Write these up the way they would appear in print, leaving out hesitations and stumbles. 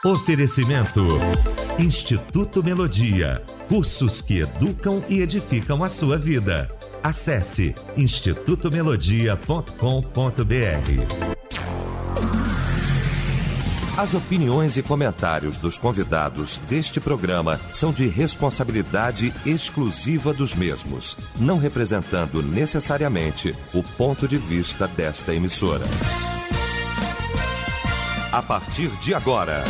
Oferecimento Instituto Melodia, cursos que educam e edificam a sua vida. Acesse institutomelodia.com.br. As opiniões e comentários dos convidados deste programa são de responsabilidade exclusiva dos mesmos, não representando necessariamente o ponto de vista desta emissora. A partir de agora,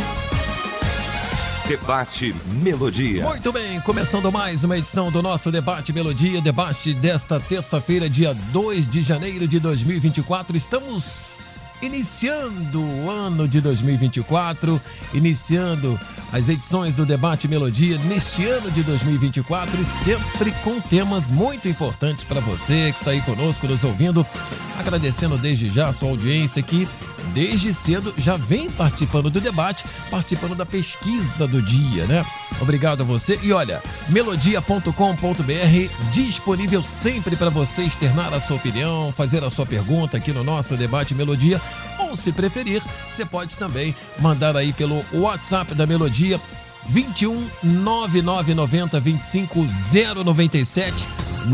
Debate Melodia. Muito bem, começando mais uma edição do nosso Debate Melodia, debate desta terça-feira, dia 2 de janeiro de 2024. Estamos iniciando o ano de 2024, iniciando as edições do Debate Melodia neste ano de 2024 e sempre com temas muito importantes para você que está aí conosco, nos ouvindo. Agradecendo desde já a sua audiência que desde cedo já vem participando do debate, participando da pesquisa do dia, né? Obrigado a você. E olha, melodia.com.br disponível sempre para você externar a sua opinião, fazer a sua pergunta aqui no nosso Debate Melodia. Ou, se preferir, você pode também mandar aí pelo WhatsApp da Melodia, 21 9990 25 097,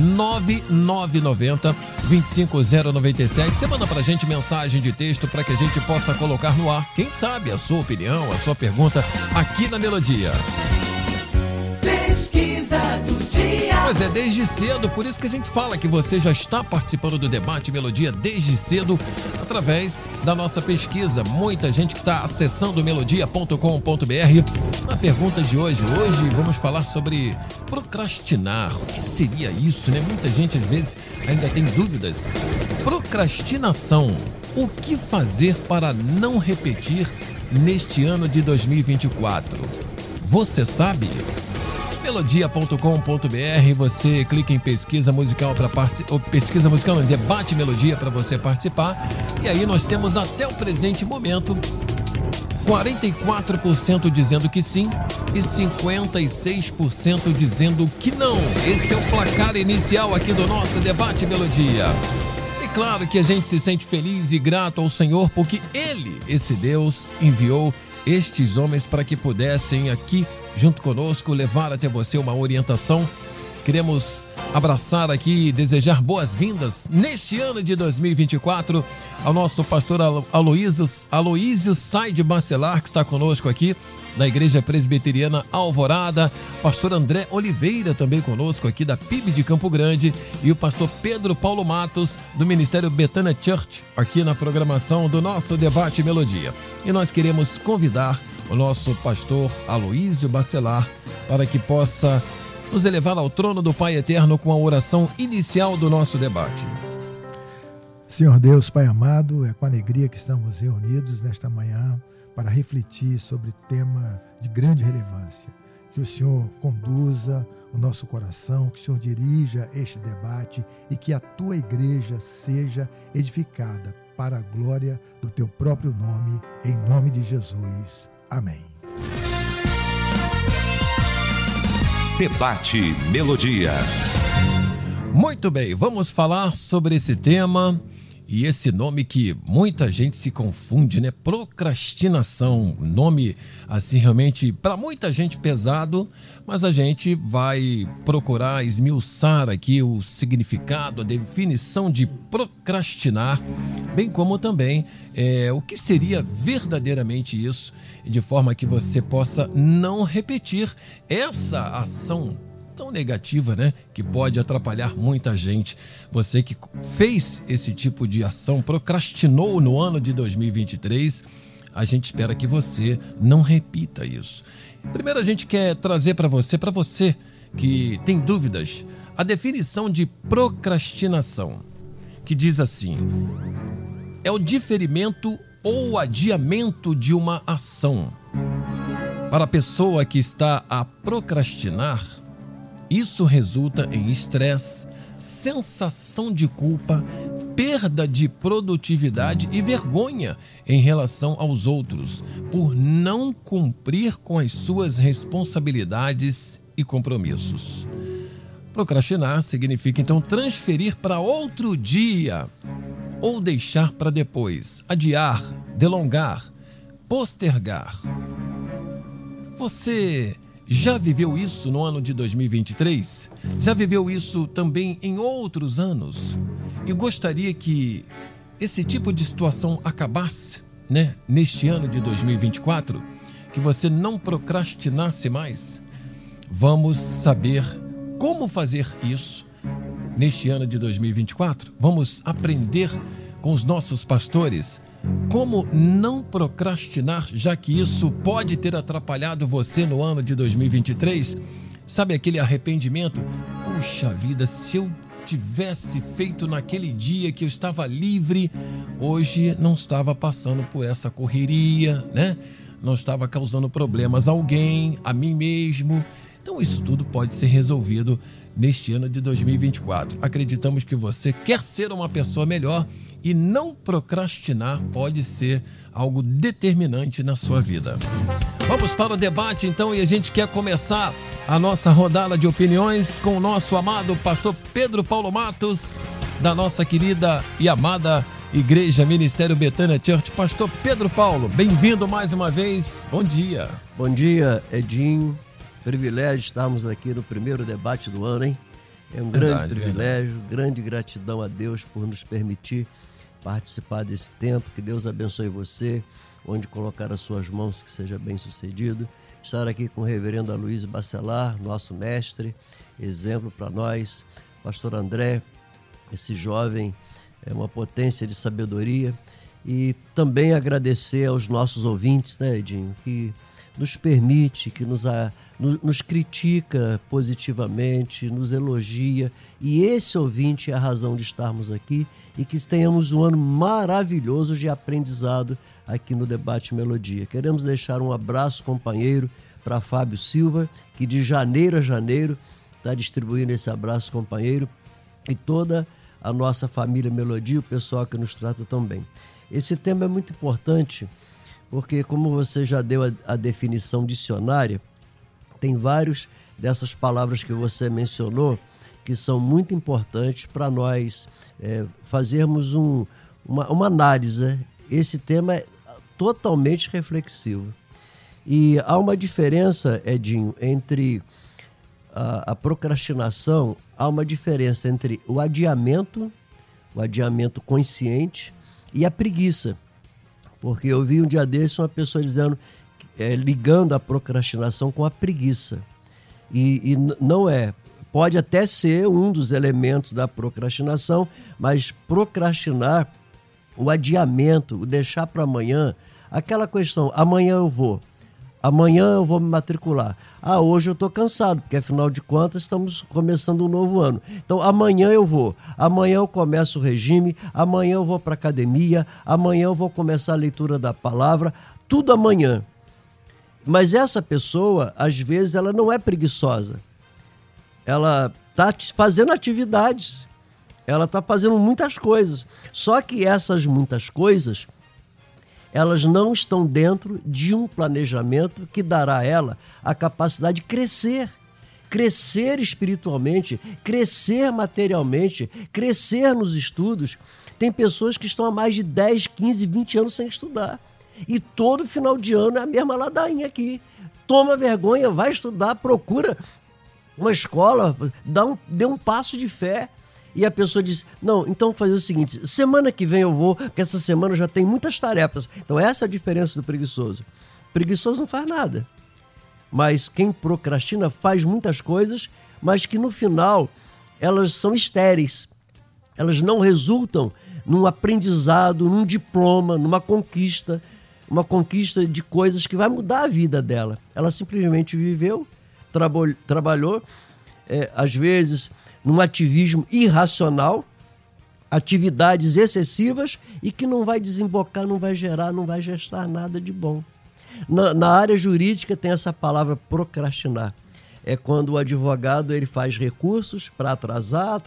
9990 25 097. Você manda pra gente mensagem de texto para que a gente possa colocar no ar, quem sabe, a sua opinião, a sua pergunta aqui na Melodia. Pesquisa do dia. Pois é, desde cedo, por isso que a gente fala que você já está participando do Debate Melodia desde cedo, através da nossa pesquisa. Muita gente que está acessando melodia.com.br. Na pergunta de hoje vamos falar sobre procrastinar. O que seria isso, né? Muita gente às vezes ainda tem dúvidas. Procrastinação. O que fazer para não repetir neste ano de 2024? Você sabe? Melodia.com.br, você clica em pesquisa musical pesquisa musical não, Debate Melodia para você participar. E aí nós temos até o presente momento 44% dizendo que sim e 56% dizendo que não. Esse é o placar inicial aqui do nosso Debate Melodia. E claro que a gente se sente feliz e grato ao Senhor porque Ele, esse Deus, enviou estes homens para que pudessem aqui junto conosco levar até você uma orientação. Queremos abraçar aqui e desejar boas-vindas neste ano de 2024 ao nosso pastor Aloísio Saide Bacelar, que está conosco aqui da Igreja Presbiteriana Alvorada, pastor André Oliveira também conosco aqui da PIB de Campo Grande e o pastor Pedro Paulo Matos do Ministério Betânia Church aqui na programação do nosso Debate Melodia. E nós queremos convidar o nosso pastor Aloísio Bacelar para que possa nos elevar ao trono do Pai Eterno com a oração inicial do nosso debate. Senhor Deus, Pai amado, é com alegria que estamos reunidos nesta manhã para refletir sobre tema de grande relevância. Que o Senhor conduza o nosso coração, que o Senhor dirija este debate e que a Tua igreja seja edificada para a glória do Teu próprio nome, em nome de Jesus. Amém. Debate Melodia. Muito bem, vamos falar sobre esse tema e esse nome que muita gente se confunde, né? Procrastinação, nome assim realmente para muita gente pesado, mas a gente vai procurar esmiuçar aqui o significado, a definição de procrastinar, bem como também o que seria verdadeiramente isso, de forma que você possa não repetir essa ação tão negativa, né? Que pode atrapalhar muita gente. Você que fez esse tipo de ação, procrastinou no ano de 2023, a gente espera que você não repita isso. Primeiro a gente quer trazer para você que tem dúvidas, a definição de procrastinação, que diz assim: é o diferimento ou adiamento de uma ação. Para a pessoa que está a procrastinar, isso resulta em estresse, sensação de culpa, perda de produtividade e vergonha em relação aos outros, por não cumprir com as suas responsabilidades e compromissos. Procrastinar significa, então, transferir para outro dia ou deixar para depois, adiar, delongar, postergar. Você já viveu isso no ano de 2023? Já viveu isso também em outros anos? Eu gostaria que esse tipo de situação acabasse, né, neste ano de 2024, que você não procrastinasse mais. Vamos saber como fazer isso neste ano de 2024. Vamos aprender com os nossos pastores como não procrastinar, já que isso pode ter atrapalhado você no ano de 2023. Sabe aquele arrependimento? Puxa vida, se eu tivesse feito naquele dia que eu estava livre, hoje não estava passando por essa correria, né? Não estava causando problemas a alguém, a mim mesmo. Então isso tudo pode ser resolvido neste ano de 2024. Acreditamos que você quer ser uma pessoa melhor e não procrastinar pode ser algo determinante na sua vida. Vamos para o debate então, e a gente quer começar a nossa rodada de opiniões com o nosso amado pastor Pedro Paulo Matos, da nossa querida e amada Igreja Ministério Betânia Church. Pastor Pedro Paulo, bem-vindo mais uma vez. Bom dia. Bom dia, Edinho. Privilégio estarmos aqui no primeiro debate do ano, hein? É um grande privilégio, grande gratidão a Deus por nos permitir participar desse tempo. Que Deus abençoe você, onde colocar as suas mãos, que seja bem sucedido. Estar aqui com o reverendo Aloysio Bacelar, nosso mestre, exemplo para nós. Pastor André, esse jovem é uma potência de sabedoria. E também agradecer aos nossos ouvintes, né, Edinho, que nos permite, que nos critica positivamente, nos elogia. E esse ouvinte é a razão de estarmos aqui e que tenhamos um ano maravilhoso de aprendizado aqui no Debate Melodia. Queremos deixar um abraço companheiro para Fábio Silva, que de janeiro a janeiro está distribuindo esse abraço companheiro, e toda a nossa família Melodia, o pessoal que nos trata tão bem. Esse tema é muito importante, porque como você já deu a definição dicionária, tem várias dessas palavras que você mencionou que são muito importantes para nós fazermos uma análise, né? Esse tema é totalmente reflexivo. E há uma diferença, Edinho, entre a procrastinação, há uma diferença entre o adiamento consciente e a preguiça. Porque eu vi um dia desse uma pessoa dizendo, ligando a procrastinação com a preguiça. E não é. Pode até ser um dos elementos da procrastinação, mas procrastinar, o adiamento, o deixar para amanhã, aquela questão, amanhã eu vou me matricular. Hoje eu estou cansado, porque afinal de contas estamos começando um novo ano. Então amanhã eu vou, amanhã eu começo o regime, amanhã eu vou para a academia, amanhã eu vou começar a leitura da palavra, tudo amanhã. Mas essa pessoa, às vezes, ela não é preguiçosa. Ela está fazendo atividades, ela está fazendo muitas coisas. Só que essas muitas coisas, elas não estão dentro de um planejamento que dará a ela a capacidade de crescer espiritualmente, crescer materialmente, crescer nos estudos. Tem pessoas que estão há mais de 10, 15, 20 anos sem estudar. E todo final de ano é a mesma ladainha aqui. Toma vergonha, vai estudar, procura uma escola, dê um passo de fé. E a pessoa diz, não, então fazer o seguinte, semana que vem eu vou, porque essa semana já tem muitas tarefas. Então essa é a diferença do preguiçoso. O preguiçoso não faz nada. Mas quem procrastina faz muitas coisas, mas que no final elas são estéreis. Elas não resultam num aprendizado, num diploma, numa conquista, uma conquista de coisas que vai mudar a vida dela. Ela simplesmente viveu, trabalhou, às vezes num ativismo irracional, atividades excessivas e que não vai desembocar, não vai gerar, não vai gestar nada de bom. Na área jurídica tem essa palavra procrastinar. É quando o advogado ele faz recursos para atrasar.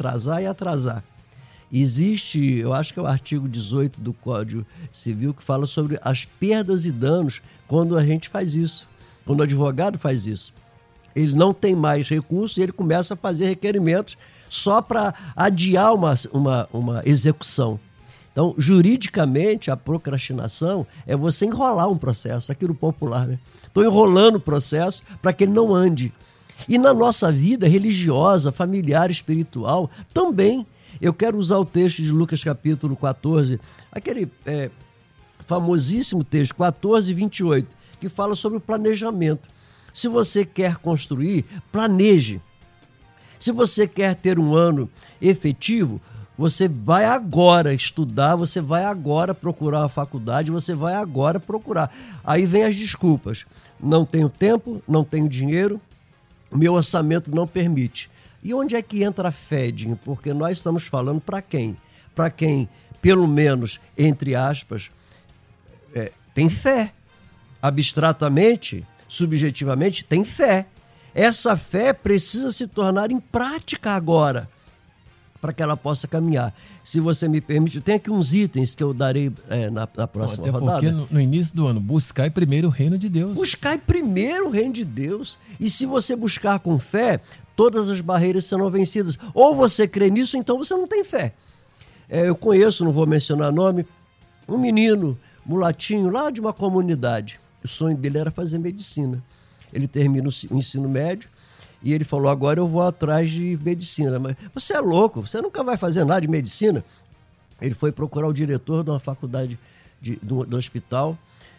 Existe, eu acho que é o artigo 18 do Código Civil que fala sobre as perdas e danos quando a gente faz isso, quando o advogado faz isso. Ele não tem mais recursos e ele começa a fazer requerimentos só para adiar uma execução. Então, juridicamente, a procrastinação é você enrolar um processo, aqui no popular, né? Estou enrolando o processo para que ele não ande. E na nossa vida religiosa, familiar, espiritual, também. Eu quero usar o texto de Lucas capítulo 14, aquele famosíssimo texto, 14, 28, que fala sobre o planejamento. Se você quer construir, planeje. Se você quer ter um ano efetivo, você vai agora estudar, você vai agora procurar uma faculdade, você vai agora procurar. Aí vem as desculpas. Não tenho tempo, não tenho dinheiro, meu orçamento não permite. E onde é que entra a fé, Dinho? Porque nós estamos falando para quem? Para quem, pelo menos, entre aspas, tem fé. Abstratamente, subjetivamente, tem fé. Essa fé precisa se tornar em prática agora, para que ela possa caminhar. Se você me permite, tem aqui uns itens que eu darei na próxima rodada. Porque no início do ano, buscai primeiro o reino de Deus. Buscai primeiro o reino de Deus. E se você buscar com fé, todas as barreiras serão vencidas. Ou você crê nisso, então você não tem fé. Eu conheço, não vou mencionar nome, um menino mulatinho lá de uma comunidade. O sonho dele era fazer medicina. Ele termina o ensino médio e ele falou, agora eu vou atrás de medicina. Mas você é louco, você nunca vai fazer nada de medicina. Ele foi procurar o diretor de uma faculdade, do hospital,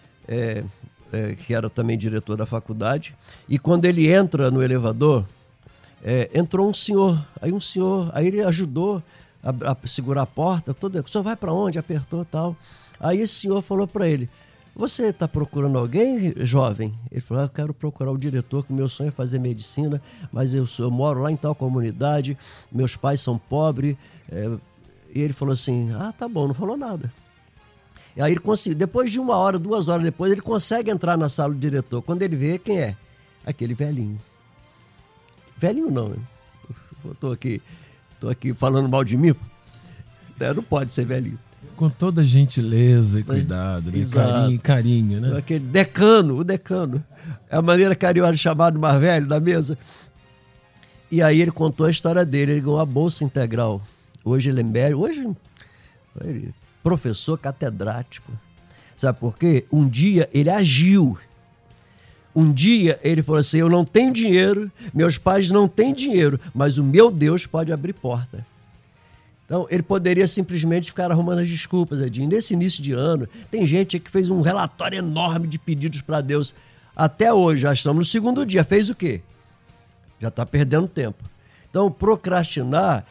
que era também diretor da faculdade. E quando ele entra no elevador, entrou um senhor. Aí ele ajudou a segurar a porta. O senhor vai para onde? Apertou e tal. Aí esse senhor falou para ele, você está procurando alguém, jovem? Ele falou, eu quero procurar o diretor, que o meu sonho é fazer medicina, mas eu moro lá em tal comunidade, meus pais são pobres. E ele falou assim, tá bom, não falou nada. E aí ele conseguiu, depois de 1 hora, 2 horas depois, ele consegue entrar na sala do diretor. Quando ele vê, quem é? Aquele velhinho. Velhinho não, né? Estou aqui falando mal de mim. Não pode ser velhinho. Com toda gentileza e cuidado, né? Carinho, né? Aquele o decano. É a maneira carioca de chamar do mais velho da mesa. E aí ele contou a história dele. Ele ganhou a bolsa integral. Hoje ele é médico. Hoje ele é professor catedrático. Sabe por quê? Um dia ele agiu. Um dia ele falou assim, eu não tenho dinheiro, meus pais não têm dinheiro, mas o meu Deus pode abrir porta. Então, ele poderia simplesmente ficar arrumando as desculpas, Edinho. Nesse início de ano, tem gente que fez um relatório enorme de pedidos para Deus. Até hoje, já estamos no 2º dia. Fez o quê? Já está perdendo tempo. Então, procrastinar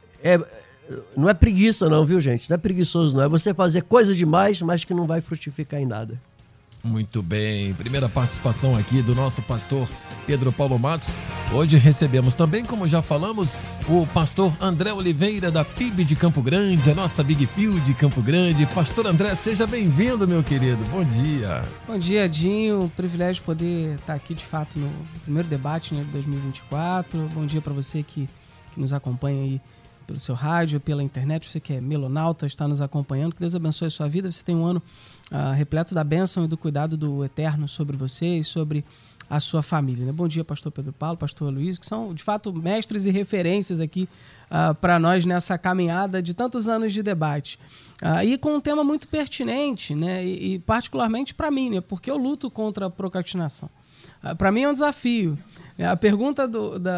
não é preguiça não, viu, gente? Não é preguiçoso não. É você fazer coisa demais, mas que não vai frutificar em nada. Muito bem, primeira participação aqui do nosso pastor Pedro Paulo Matos. Hoje recebemos também, como já falamos, o pastor André Oliveira da PIB de Campo Grande, a nossa Big Field de Campo Grande. Pastor André, seja bem-vindo, meu querido. Bom dia. Bom dia, Dinho. Privilégio poder estar aqui, de fato, no primeiro debate, né, de 2024. Bom dia para você que nos acompanha aí pelo seu rádio, pela internet, você que é melonauta, está nos acompanhando. Que Deus abençoe a sua vida. Você tem um ano repleto da bênção e do cuidado do Eterno sobre você e sobre a sua família, né? Bom dia, pastor Pedro Paulo, pastor Luiz, que são, de fato, mestres e referências aqui para nós nessa caminhada de tantos anos de debate. E com um tema muito pertinente, né? E particularmente para mim, né? Porque eu luto contra a procrastinação. Para mim é um desafio. A pergunta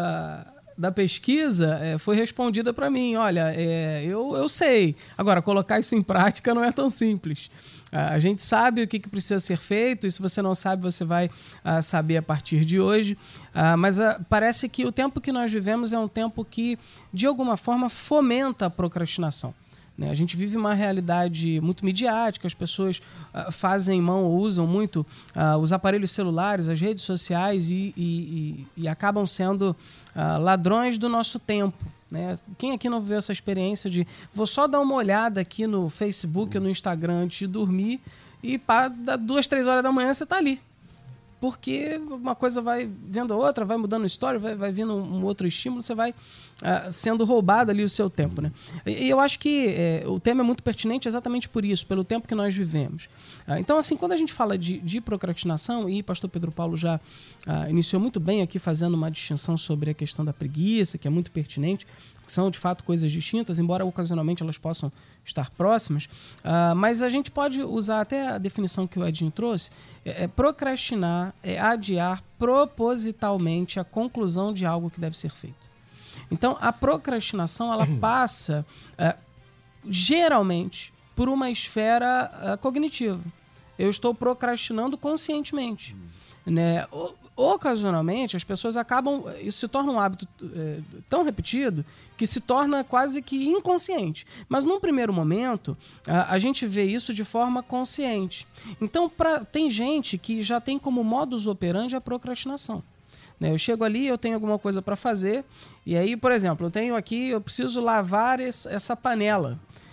da pesquisa foi respondida para mim. Olha, eu sei. Agora, colocar isso em prática não é tão simples. A gente sabe o que precisa ser feito, e se você não sabe, você vai saber a partir de hoje. Mas parece que o tempo que nós vivemos é um tempo que, de alguma forma, fomenta a procrastinação. A gente vive uma realidade muito midiática, as pessoas fazem mão ou usam muito os aparelhos celulares, as redes sociais e acabam sendo ladrões do nosso tempo. Né? Quem aqui não viveu essa experiência de vou só dar uma olhada aqui no Facebook ou no Instagram antes de dormir e 2, 3 horas da manhã você está ali. Porque uma coisa vai vendo a outra, vai mudando a história, vai vindo um outro estímulo, você vai sendo roubado ali o seu tempo. Né? E eu acho que o tema é muito pertinente exatamente por isso, pelo tempo que nós vivemos. Então, assim, quando a gente fala de procrastinação, e o pastor Pedro Paulo já iniciou muito bem aqui fazendo uma distinção sobre a questão da preguiça, que é muito pertinente, que são de fato coisas distintas, embora ocasionalmente elas possam estar próximas, mas a gente pode usar até a definição que o Edinho trouxe, procrastinar é adiar propositalmente a conclusão de algo que deve ser feito. Então, a procrastinação, ela passa, geralmente, por uma esfera cognitiva. Eu estou procrastinando conscientemente. Né? Ocasionalmente, as pessoas acabam... Isso se torna um hábito tão repetido que se torna quase que inconsciente. Mas, num primeiro momento, a gente vê isso de forma consciente. Então, tem gente que já tem como modus operandi a procrastinação. Eu chego ali, eu tenho alguma coisa para fazer, e aí, por exemplo, eu preciso lavar essa panela.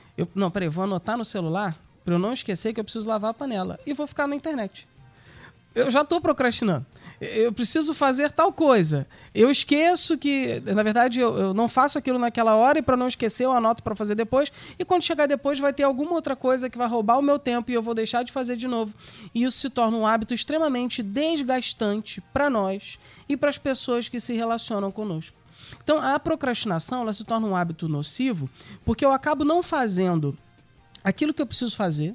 Vou anotar no celular para eu não esquecer que eu preciso lavar a panela. E vou ficar na internet. Eu já estou procrastinando. Eu preciso fazer tal coisa. Eu esqueço que, na verdade, eu não faço aquilo naquela hora e para não esquecer eu anoto para fazer depois. E quando chegar depois vai ter alguma outra coisa que vai roubar o meu tempo e eu vou deixar de fazer de novo. E isso se torna um hábito extremamente desgastante para nós e para as pessoas que se relacionam conosco. Então, a procrastinação ela se torna um hábito nocivo porque eu acabo não fazendo aquilo que eu preciso fazer,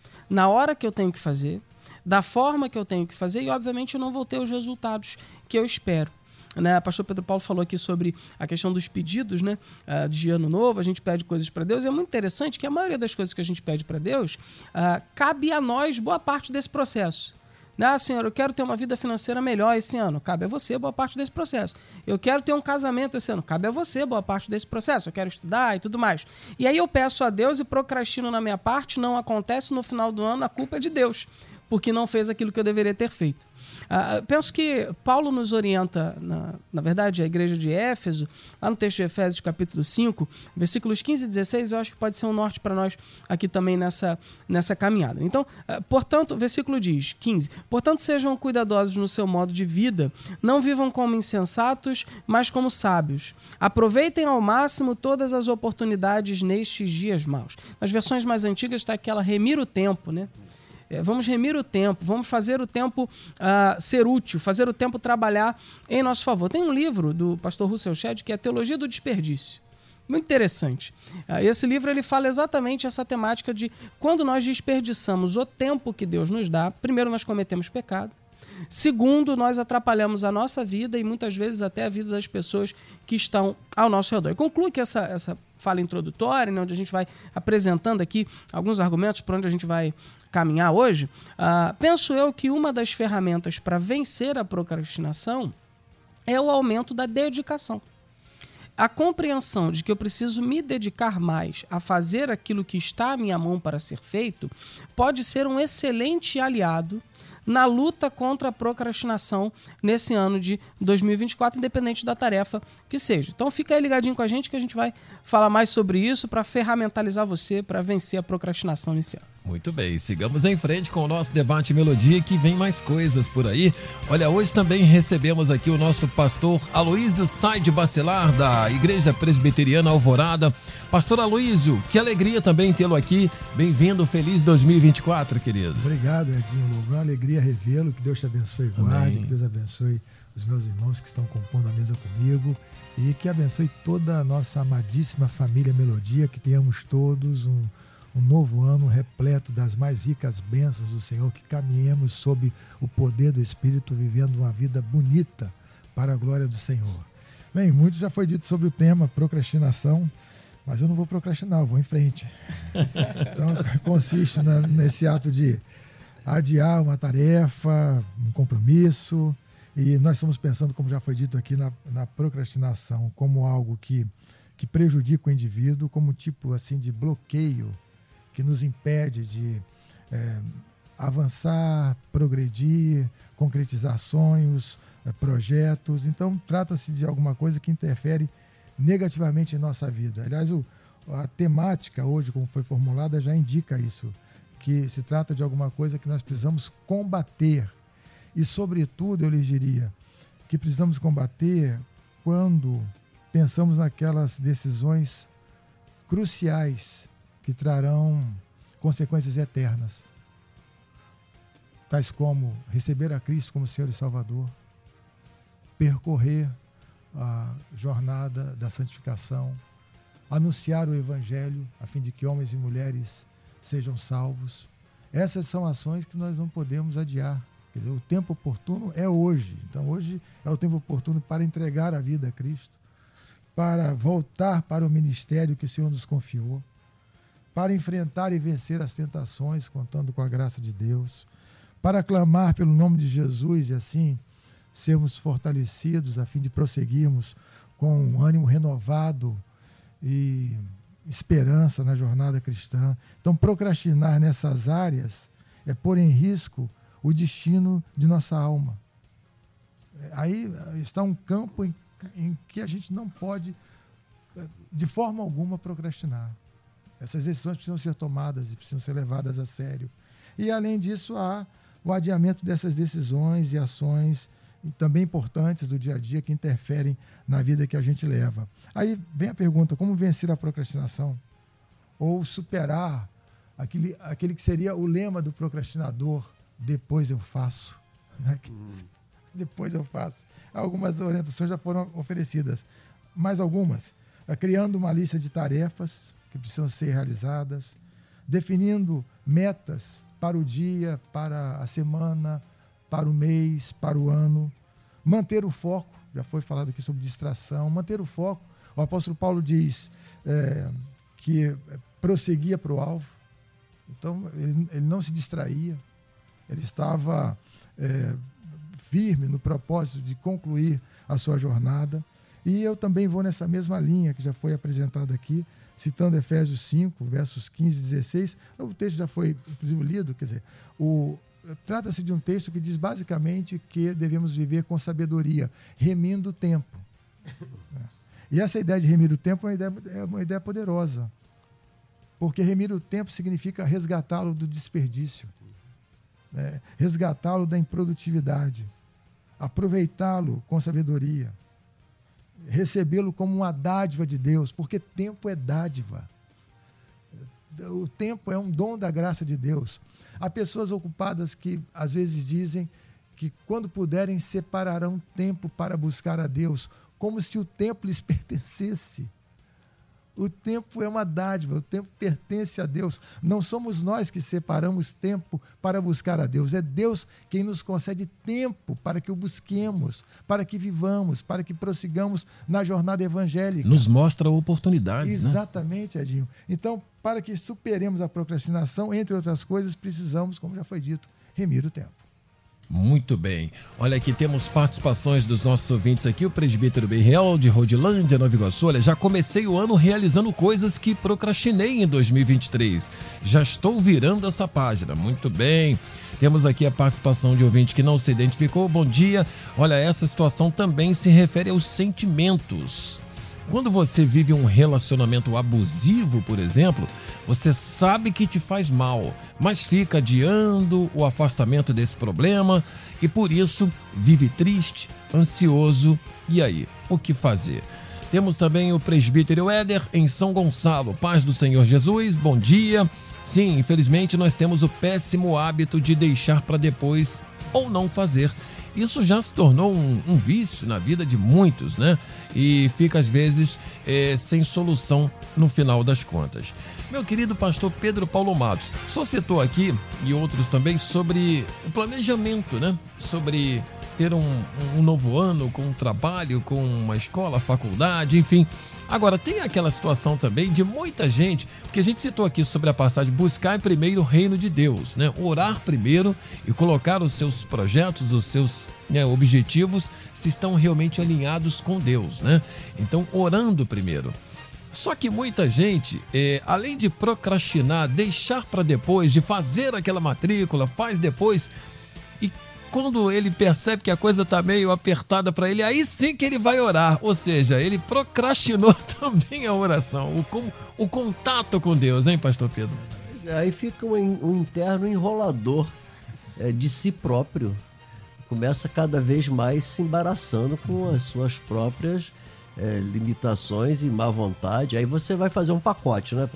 na hora que eu tenho que fazer, da forma que eu tenho que fazer e, obviamente, eu não vou ter os resultados que eu espero. Né? O pastor Pedro Paulo falou aqui sobre a questão dos pedidos, né? De ano novo, a gente pede coisas para Deus. E é muito interessante que a maioria das coisas que a gente pede para Deus cabe a nós boa parte desse processo. Senhor, eu quero ter uma vida financeira melhor esse ano. Cabe a você boa parte desse processo. Eu quero ter um casamento esse ano. Cabe a você boa parte desse processo. Eu quero estudar e tudo mais. E aí eu peço a Deus e procrastino na minha parte, não acontece no final do ano, a culpa é de Deus, porque não fez aquilo que eu deveria ter feito. Penso que Paulo nos orienta, na verdade, a igreja de Éfeso, lá no texto de Efésios, capítulo 5, versículos 15 e 16, eu acho que pode ser um norte para nós aqui também nessa caminhada. Então, portanto, o versículo diz, 15, portanto, sejam cuidadosos no seu modo de vida, não vivam como insensatos, mas como sábios. Aproveitem ao máximo todas as oportunidades nestes dias maus. Nas versões mais antigas está aquela remir o tempo, né? Vamos remir o tempo, vamos fazer o tempo ser útil, fazer o tempo trabalhar em nosso favor. Tem um livro do pastor Russell Shedd que é a Teologia do Desperdício. Muito interessante. Esse livro ele fala exatamente essa temática de quando nós desperdiçamos o tempo que Deus nos dá, primeiro nós cometemos pecado, segundo nós atrapalhamos a nossa vida e muitas vezes até a vida das pessoas que estão ao nosso redor. Eu concluo que essa fala introdutória, né, onde a gente vai apresentando aqui alguns argumentos para onde a gente vai caminhar hoje, penso eu que uma das ferramentas para vencer a procrastinação é o aumento da dedicação. A compreensão de que eu preciso me dedicar mais a fazer aquilo que está à minha mão para ser feito pode ser um excelente aliado na luta contra a procrastinação nesse ano de 2024, independente da tarefa que seja. Então fica aí ligadinho com a gente que a gente vai falar mais sobre isso para ferramentalizar você para vencer a procrastinação nesse ano. Muito bem, sigamos em frente com o nosso debate Melodia, que vem mais coisas por aí. Olha, hoje também recebemos aqui o nosso pastor Aloísio Saide Bacelar, da Igreja Presbiteriana Alvorada. Pastor Aloísio, que alegria também tê-lo aqui. Bem-vindo, feliz 2024, querido. Obrigado, Edinho Lobo. É uma alegria revê-lo, que Deus te abençoe e guarde, que Deus abençoe os meus irmãos que estão compondo a mesa comigo e que abençoe toda a nossa amadíssima família Melodia, que tenhamos todos um novo ano repleto das mais ricas bênçãos do Senhor, que caminhemos sob o poder do Espírito, vivendo uma vida bonita para a glória do Senhor. Bem, muito já foi dito sobre o tema procrastinação, mas eu não vou procrastinar, eu vou em frente. Então, consiste nesse ato de adiar uma tarefa, um compromisso, e nós estamos pensando, como já foi dito aqui, na procrastinação como algo que prejudica o indivíduo, como tipo assim de bloqueio que nos impede de avançar, progredir, concretizar sonhos, projetos. Então, trata-se de alguma coisa que interfere negativamente em nossa vida. Aliás, a temática hoje, como foi formulada, já indica isso, que se trata de alguma coisa que nós precisamos combater. E, sobretudo, eu lhes diria que precisamos combater quando pensamos naquelas decisões cruciais que trarão consequências eternas, tais como receber a Cristo como Senhor e Salvador, percorrer a jornada da santificação, anunciar o Evangelho, a fim de que homens e mulheres sejam salvos. Essas são ações que nós não podemos adiar. Quer dizer, o tempo oportuno é hoje. Então, hoje é o tempo oportuno para entregar a vida a Cristo, para voltar para o ministério que o Senhor nos confiou, para enfrentar e vencer as tentações, contando com a graça de Deus, para clamar pelo nome de Jesus e assim sermos fortalecidos a fim de prosseguirmos com um ânimo renovado e esperança na jornada cristã. Então, procrastinar nessas áreas é pôr em risco o destino de nossa alma. Aí está um campo em que a gente não pode, de forma alguma, procrastinar. Essas decisões precisam ser tomadas e precisam ser levadas a sério. E, além disso, há o adiamento dessas decisões e ações também importantes do dia a dia que interferem na vida que a gente leva. Aí vem a pergunta, como vencer a procrastinação? Ou superar aquele que seria o lema do procrastinador, depois eu faço. Né? Depois eu faço. Algumas orientações já foram oferecidas, mais algumas. Criando uma lista de tarefas que precisam ser realizadas, definindo metas para o dia, para a semana, para o mês, para o ano. Manter o foco, já foi falado aqui sobre distração, manter o foco. O apóstolo Paulo diz que prosseguia para o alvo, então ele não se distraía, ele estava firme no propósito de concluir a sua jornada. E eu também vou nessa mesma linha que já foi apresentada aqui, citando Efésios 5, versos 15 e 16. O texto já foi, inclusive, lido, quer dizer, trata-se de um texto que diz basicamente que devemos viver com sabedoria, remindo o tempo. E essa ideia de remir o tempo é uma ideia poderosa, porque remir o tempo significa resgatá-lo do desperdício, resgatá-lo da improdutividade, aproveitá-lo com sabedoria, recebê-lo como uma dádiva de Deus, porque tempo é dádiva. O tempo é um dom da graça de Deus. Há pessoas ocupadas que às vezes dizem que quando puderem separarão tempo para buscar a Deus, como se o tempo lhes pertencesse. O tempo é uma dádiva, o tempo pertence a Deus. Não somos nós que separamos tempo para buscar a Deus. É Deus quem nos concede tempo para que o busquemos, para que vivamos, para que prossigamos na jornada evangélica. Nos mostra oportunidades, Exatamente, Edinho. Então, para que superemos a procrastinação, entre outras coisas, precisamos, como já foi dito, remir o tempo. Muito bem. Olha, aqui temos participações dos nossos ouvintes aqui. O presbítero Beirel, de Rodilândia, Nova Iguaçu. Olha, já comecei o ano realizando coisas que procrastinei em 2023. Já estou virando essa página. Muito bem. Temos aqui a participação de ouvinte que não se identificou. Bom dia. Olha, essa situação também se refere aos sentimentos. Quando você vive um relacionamento abusivo, por exemplo, você sabe que te faz mal, mas fica adiando o afastamento desse problema e por isso vive triste, ansioso. E aí, o que fazer? Temos também o presbítero Éder em São Gonçalo. Paz do Senhor Jesus, bom dia. Sim, infelizmente nós temos o péssimo hábito de deixar para depois ou não fazer. Isso já se tornou um vício na vida de muitos, né? E fica às vezes sem solução no final das contas. Meu querido pastor Pedro Paulo Matos, só citou aqui, e outros também, sobre o planejamento, né? Sobre ter um novo ano com um trabalho, com uma escola, faculdade, enfim. Agora, tem aquela situação também de muita gente, porque a gente citou aqui sobre a passagem, buscar primeiro o reino de Deus, né? Orar primeiro e colocar os seus projetos, os seus objetivos, se estão realmente alinhados com Deus, né? Então, orando primeiro. Só que muita gente, além de procrastinar, deixar para depois, de fazer aquela matrícula, faz depois, e quando ele percebe que a coisa está meio apertada para ele, aí sim que ele vai orar. Ou seja, ele procrastinou também a oração, o contato com Deus, hein, pastor Pedro? Aí fica um interno enrolador de si próprio. Começa cada vez mais se embaraçando com as suas próprias limitações e má vontade. Aí você vai fazer um pacote, né?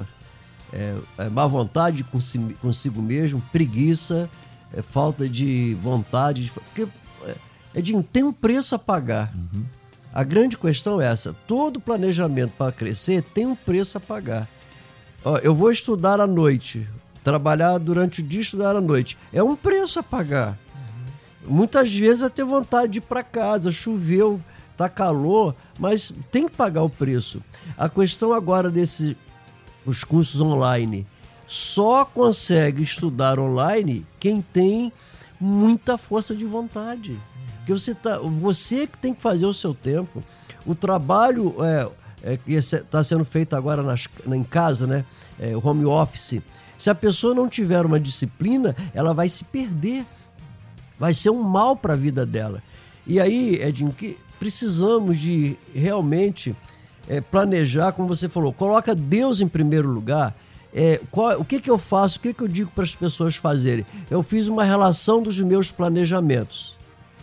Má vontade consigo mesmo, preguiça, falta de vontade. Porque tem um preço a pagar. A grande questão é essa. Todo planejamento para crescer tem um preço a pagar. Ó, eu vou estudar à noite, trabalhar durante o dia e estudar à noite. É um preço a pagar. Muitas vezes vai ter vontade de ir para casa, choveu, tá calor, mas tem que pagar o preço. A questão agora os cursos online, só consegue estudar online quem tem muita força de vontade. Porque você que tem que fazer o seu tempo. O trabalho que está sendo feito agora em casa, né? O home office. Se a pessoa não tiver uma disciplina, ela vai se perder. Vai ser um mal para a vida dela. E aí, Edinho, que precisamos de realmente planejar, como você falou, coloca Deus em primeiro lugar. O que eu faço, o que eu digo para as pessoas fazerem? Eu fiz uma relação dos meus planejamentos.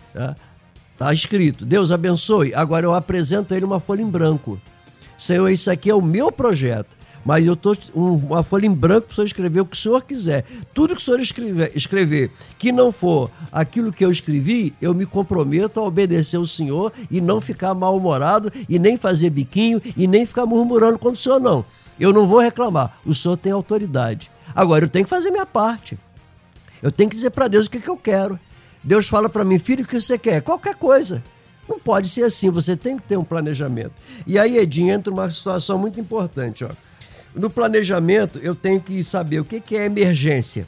Tá escrito, Deus abençoe. Agora eu apresento a ele uma folha em branco. Senhor, isso aqui é o meu projeto. Mas eu estou uma folha em branco para o senhor escrever o que o senhor quiser. Tudo que o senhor escrever que não for aquilo que eu escrevi, eu me comprometo a obedecer o senhor e não ficar mal-humorado e nem fazer biquinho e nem ficar murmurando contra o senhor, não. Eu não vou reclamar. O senhor tem autoridade. Agora, eu tenho que fazer minha parte. Eu tenho que dizer para Deus o que eu quero. Deus fala para mim, filho, o que você quer? Qualquer coisa. Não pode ser assim, você tem que ter um planejamento. E aí, Edinho, entra uma situação muito importante, ó. No planejamento, eu tenho que saber o que é emergência,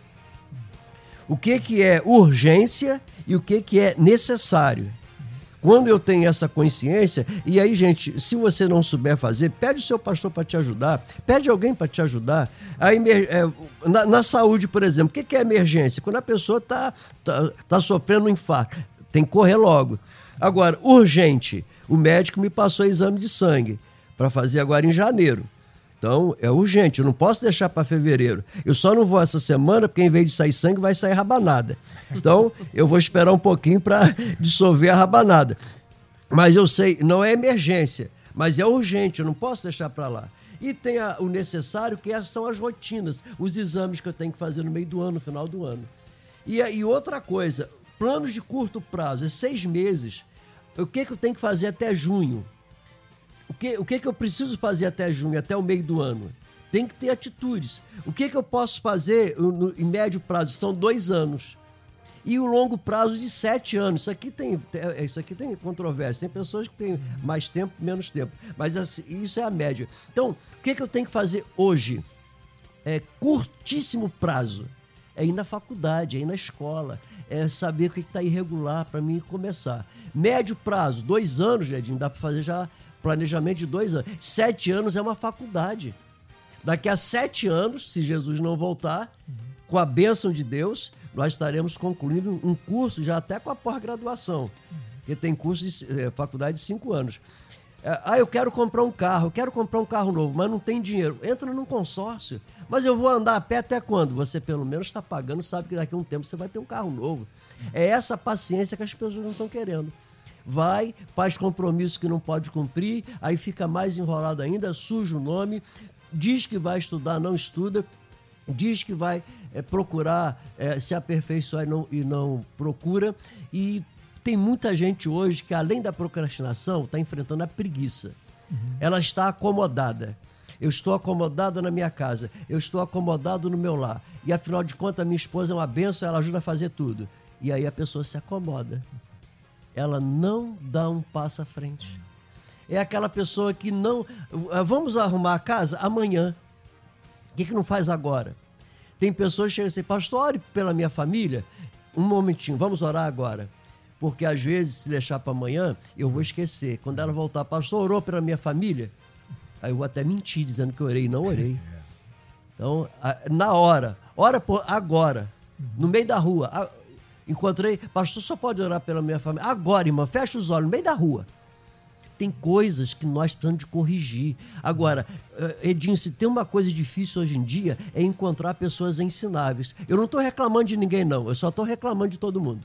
o que é urgência e o que é necessário. Quando eu tenho essa consciência, e aí, gente, se você não souber fazer, pede o seu pastor para te ajudar, pede alguém para te ajudar. Na saúde, por exemplo, o que é emergência? Quando a pessoa tá sofrendo um infarto, tem que correr logo. Agora, urgente, o médico me passou exame de sangue para fazer agora em janeiro. Então, é urgente, eu não posso deixar para fevereiro. Eu só não vou essa semana, porque em vez de sair sangue, vai sair rabanada. Então, eu vou esperar um pouquinho para dissolver a rabanada. Mas eu sei, não é emergência, mas é urgente, eu não posso deixar para lá. E tem o necessário, que são as rotinas, os exames que eu tenho que fazer no meio do ano, no final do ano. E outra coisa, planos de curto prazo, 6 meses. O que eu tenho que fazer até junho? O que eu preciso fazer até junho, até o meio do ano? Tem que ter atitudes. O que eu posso fazer em médio prazo? São 2 anos. E o longo prazo de 7 anos. Isso aqui tem controvérsia. Tem pessoas que têm mais tempo, menos tempo. Mas assim, isso é a média. Então, o que eu tenho que fazer hoje? É curtíssimo prazo. É ir na faculdade, é ir na escola, é saber o que está irregular para mim começar. Médio prazo, 2 anos, Edinho, dá para fazer já planejamento de 2 anos. 7 anos é uma faculdade. Daqui a 7 anos, se Jesus não voltar, com a bênção de Deus, nós estaremos concluindo um curso já até com a pós-graduação. Porque tem curso de faculdade de 5 anos. Eu quero comprar um carro, novo, mas não tem dinheiro. Entra num consórcio. Mas eu vou andar a pé até quando? Você pelo menos está pagando, sabe que daqui a um tempo você vai ter um carro novo. É essa paciência que as pessoas não estão querendo. Vai, faz compromisso que não pode cumprir, aí fica mais enrolado ainda, suja o nome, diz que vai estudar, não estuda, diz que vai procurar se aperfeiçoar e não procura. E tem muita gente hoje que, além da procrastinação, está enfrentando a preguiça. Ela está acomodada. Eu estou acomodada na minha casa, eu estou acomodado no meu lar. E, afinal de contas, a minha esposa é uma bênção, ela ajuda a fazer tudo. E aí a pessoa se acomoda. Ela não dá um passo à frente. É aquela pessoa que não... Vamos arrumar a casa amanhã. O que não faz agora? Tem pessoas que chegam assim, pastor, ore pela minha família. Um momentinho, vamos orar agora. Porque às vezes, se deixar para amanhã, eu vou esquecer. Quando ela voltar, pastor, orou pela minha família? Aí eu vou até mentir, dizendo que orei e não orei. Então, na hora, ora por agora, no meio da rua. Encontrei, pastor, só pode orar pela minha família. Agora, irmã, fecha os olhos, no meio da rua. Tem coisas que nós precisamos de corrigir. Agora, Edinho, se tem uma coisa difícil hoje em dia, é encontrar pessoas ensináveis. Eu não estou reclamando de ninguém, não. Eu só estou reclamando de todo mundo.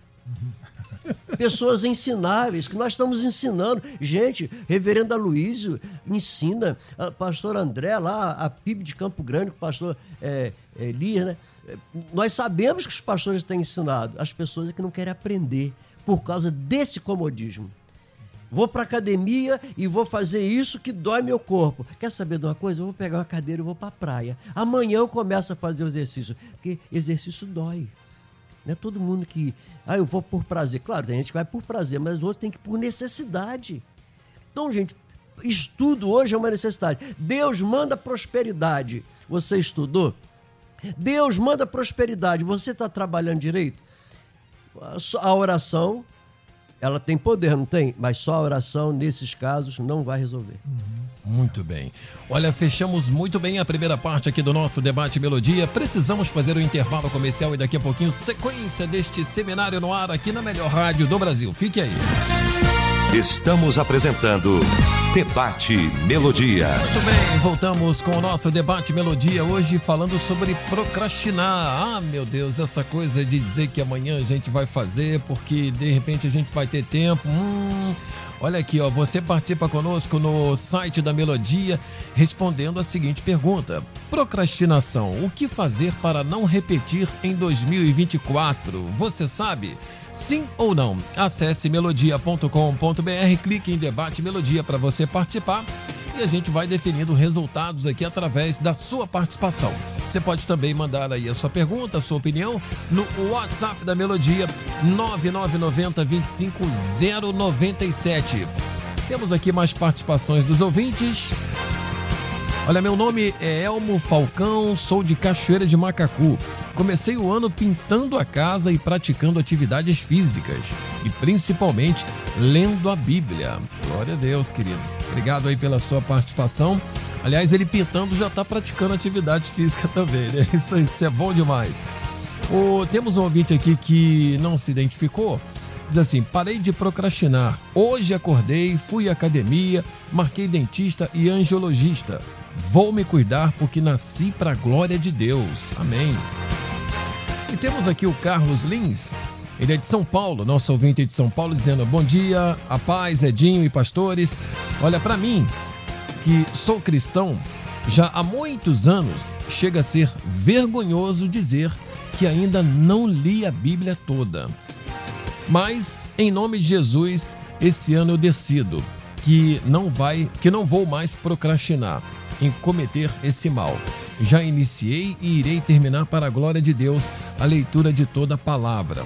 Pessoas ensináveis, que nós estamos ensinando. Gente, reverendo Aloysio ensina, pastor André lá, a PIB de Campo Grande, o pastor Elias, né? Nós sabemos que os pastores têm ensinado. As pessoas é que não querem aprender por causa desse comodismo. Vou para academia e vou fazer isso que dói meu corpo. Quer saber de uma coisa? Eu vou pegar uma cadeira e vou para a praia. Amanhã eu começo a fazer o exercício. Porque exercício dói. Não é todo mundo que... eu vou por prazer. Claro, tem gente que vai por prazer, mas os outros tem que ir por necessidade. Então, gente, estudo hoje é uma necessidade. Deus manda prosperidade. Você estudou? Deus manda prosperidade. Você está trabalhando direito? A oração... ela tem poder, não tem? Mas só a oração, nesses casos, não vai resolver. Muito bem. Olha, fechamos muito bem a primeira parte aqui do nosso Debate Melodia. Precisamos fazer o intervalo comercial e daqui a pouquinho, sequência deste seminário no ar aqui na melhor rádio do Brasil. Fique aí. Estamos apresentando Debate Melodia. Muito bem, voltamos com o nosso Debate Melodia, hoje falando sobre procrastinar. Meu Deus, essa coisa de dizer que amanhã a gente vai fazer porque de repente a gente vai ter tempo. Olha aqui, ó, você participa conosco no site da Melodia respondendo a seguinte pergunta: procrastinação, o que fazer para não repetir em 2024? Você sabe? Sim ou não? Acesse melodia.com.br, clique em Debate Melodia para você participar e a gente vai definindo resultados aqui através da sua participação. Você pode também mandar aí a sua pergunta, a sua opinião no WhatsApp da Melodia 99925-097. Temos aqui mais participações dos ouvintes. Olha, meu nome é Elmo Falcão, sou de Cachoeira de Macacu. Comecei o ano pintando a casa e praticando atividades físicas. E principalmente lendo a Bíblia. Glória a Deus, querido. Obrigado aí pela sua participação. Aliás, ele pintando já está praticando atividade física também, né? Isso é bom demais. Temos um ouvinte aqui que não se identificou. Diz assim: parei de procrastinar. Hoje acordei, fui à academia, marquei dentista e angiologista. Vou me cuidar porque nasci para a glória de Deus. Amém. E temos aqui o Carlos Lins. Ele é de São Paulo, nosso ouvinte é de São Paulo, dizendo: bom dia, a paz, Edinho e pastores. Olha, para mim, que sou cristão, já há muitos anos, chega a ser vergonhoso dizer que ainda não li a Bíblia toda. Mas, em nome de Jesus, esse ano eu decido que não vou mais procrastinar em cometer esse mal. Já iniciei e irei terminar para a glória de Deus a leitura de toda a palavra.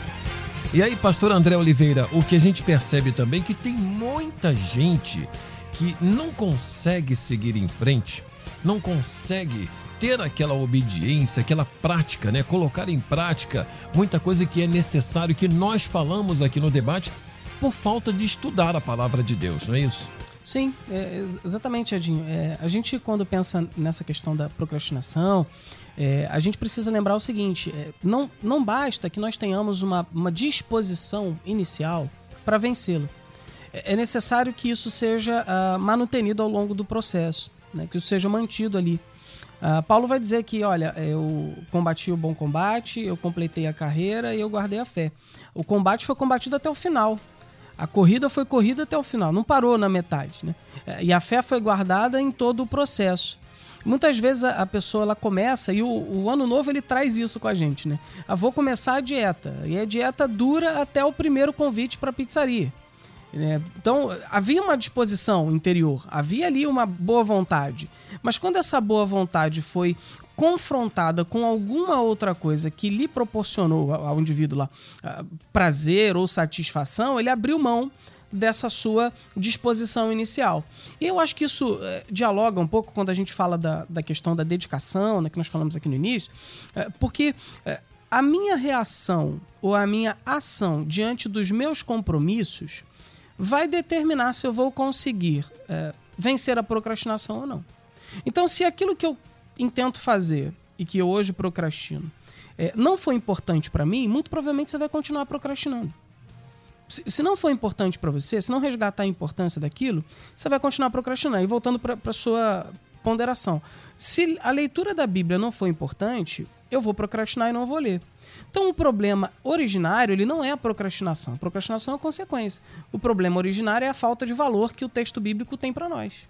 E aí, pastor André Oliveira, o que a gente percebe também é que tem muita gente que não consegue seguir em frente, não consegue ter aquela obediência, aquela prática, né? Colocar em prática muita coisa que é necessário, que nós falamos aqui no debate, por falta de estudar a palavra de Deus, não é isso? Sim, exatamente, Edinho. A gente, quando pensa nessa questão da procrastinação, a gente precisa lembrar o seguinte: não basta que nós tenhamos uma disposição inicial para vencê-lo. É necessário que isso seja manutenido ao longo do processo, né? Que isso seja mantido ali. Paulo vai dizer que, olha, eu combati o bom combate, eu completei a carreira e eu guardei a fé. O combate foi combatido até o final. A corrida foi corrida até o final, não parou na metade, né? E a fé foi guardada em todo o processo. Muitas vezes a pessoa ela começa, e o ano novo ele traz isso com a gente, né? Vou começar a dieta, e a dieta dura até o primeiro convite para a pizzaria. Então, havia uma disposição interior, havia ali uma boa vontade. Mas quando essa boa vontade foi confrontada com alguma outra coisa que lhe proporcionou ao indivíduo lá prazer ou satisfação, ele abriu mão dessa sua disposição inicial. E eu acho que isso dialoga um pouco quando a gente fala da questão da dedicação, né, que nós falamos aqui no início, porque a minha reação ou a minha ação diante dos meus compromissos vai determinar se eu vou conseguir vencer a procrastinação ou não. Então, se aquilo que eu intento fazer e que eu hoje procrastino não for importante para mim, muito provavelmente você vai continuar procrastinando. Se não for importante para você, se não resgatar a importância daquilo, você vai continuar procrastinando. E voltando para a sua ponderação, se a leitura da Bíblia não for importante, eu vou procrastinar e não vou ler. Então o problema originário ele não é a procrastinação. A procrastinação é a consequência. O problema originário é a falta de valor que o texto bíblico tem para nós.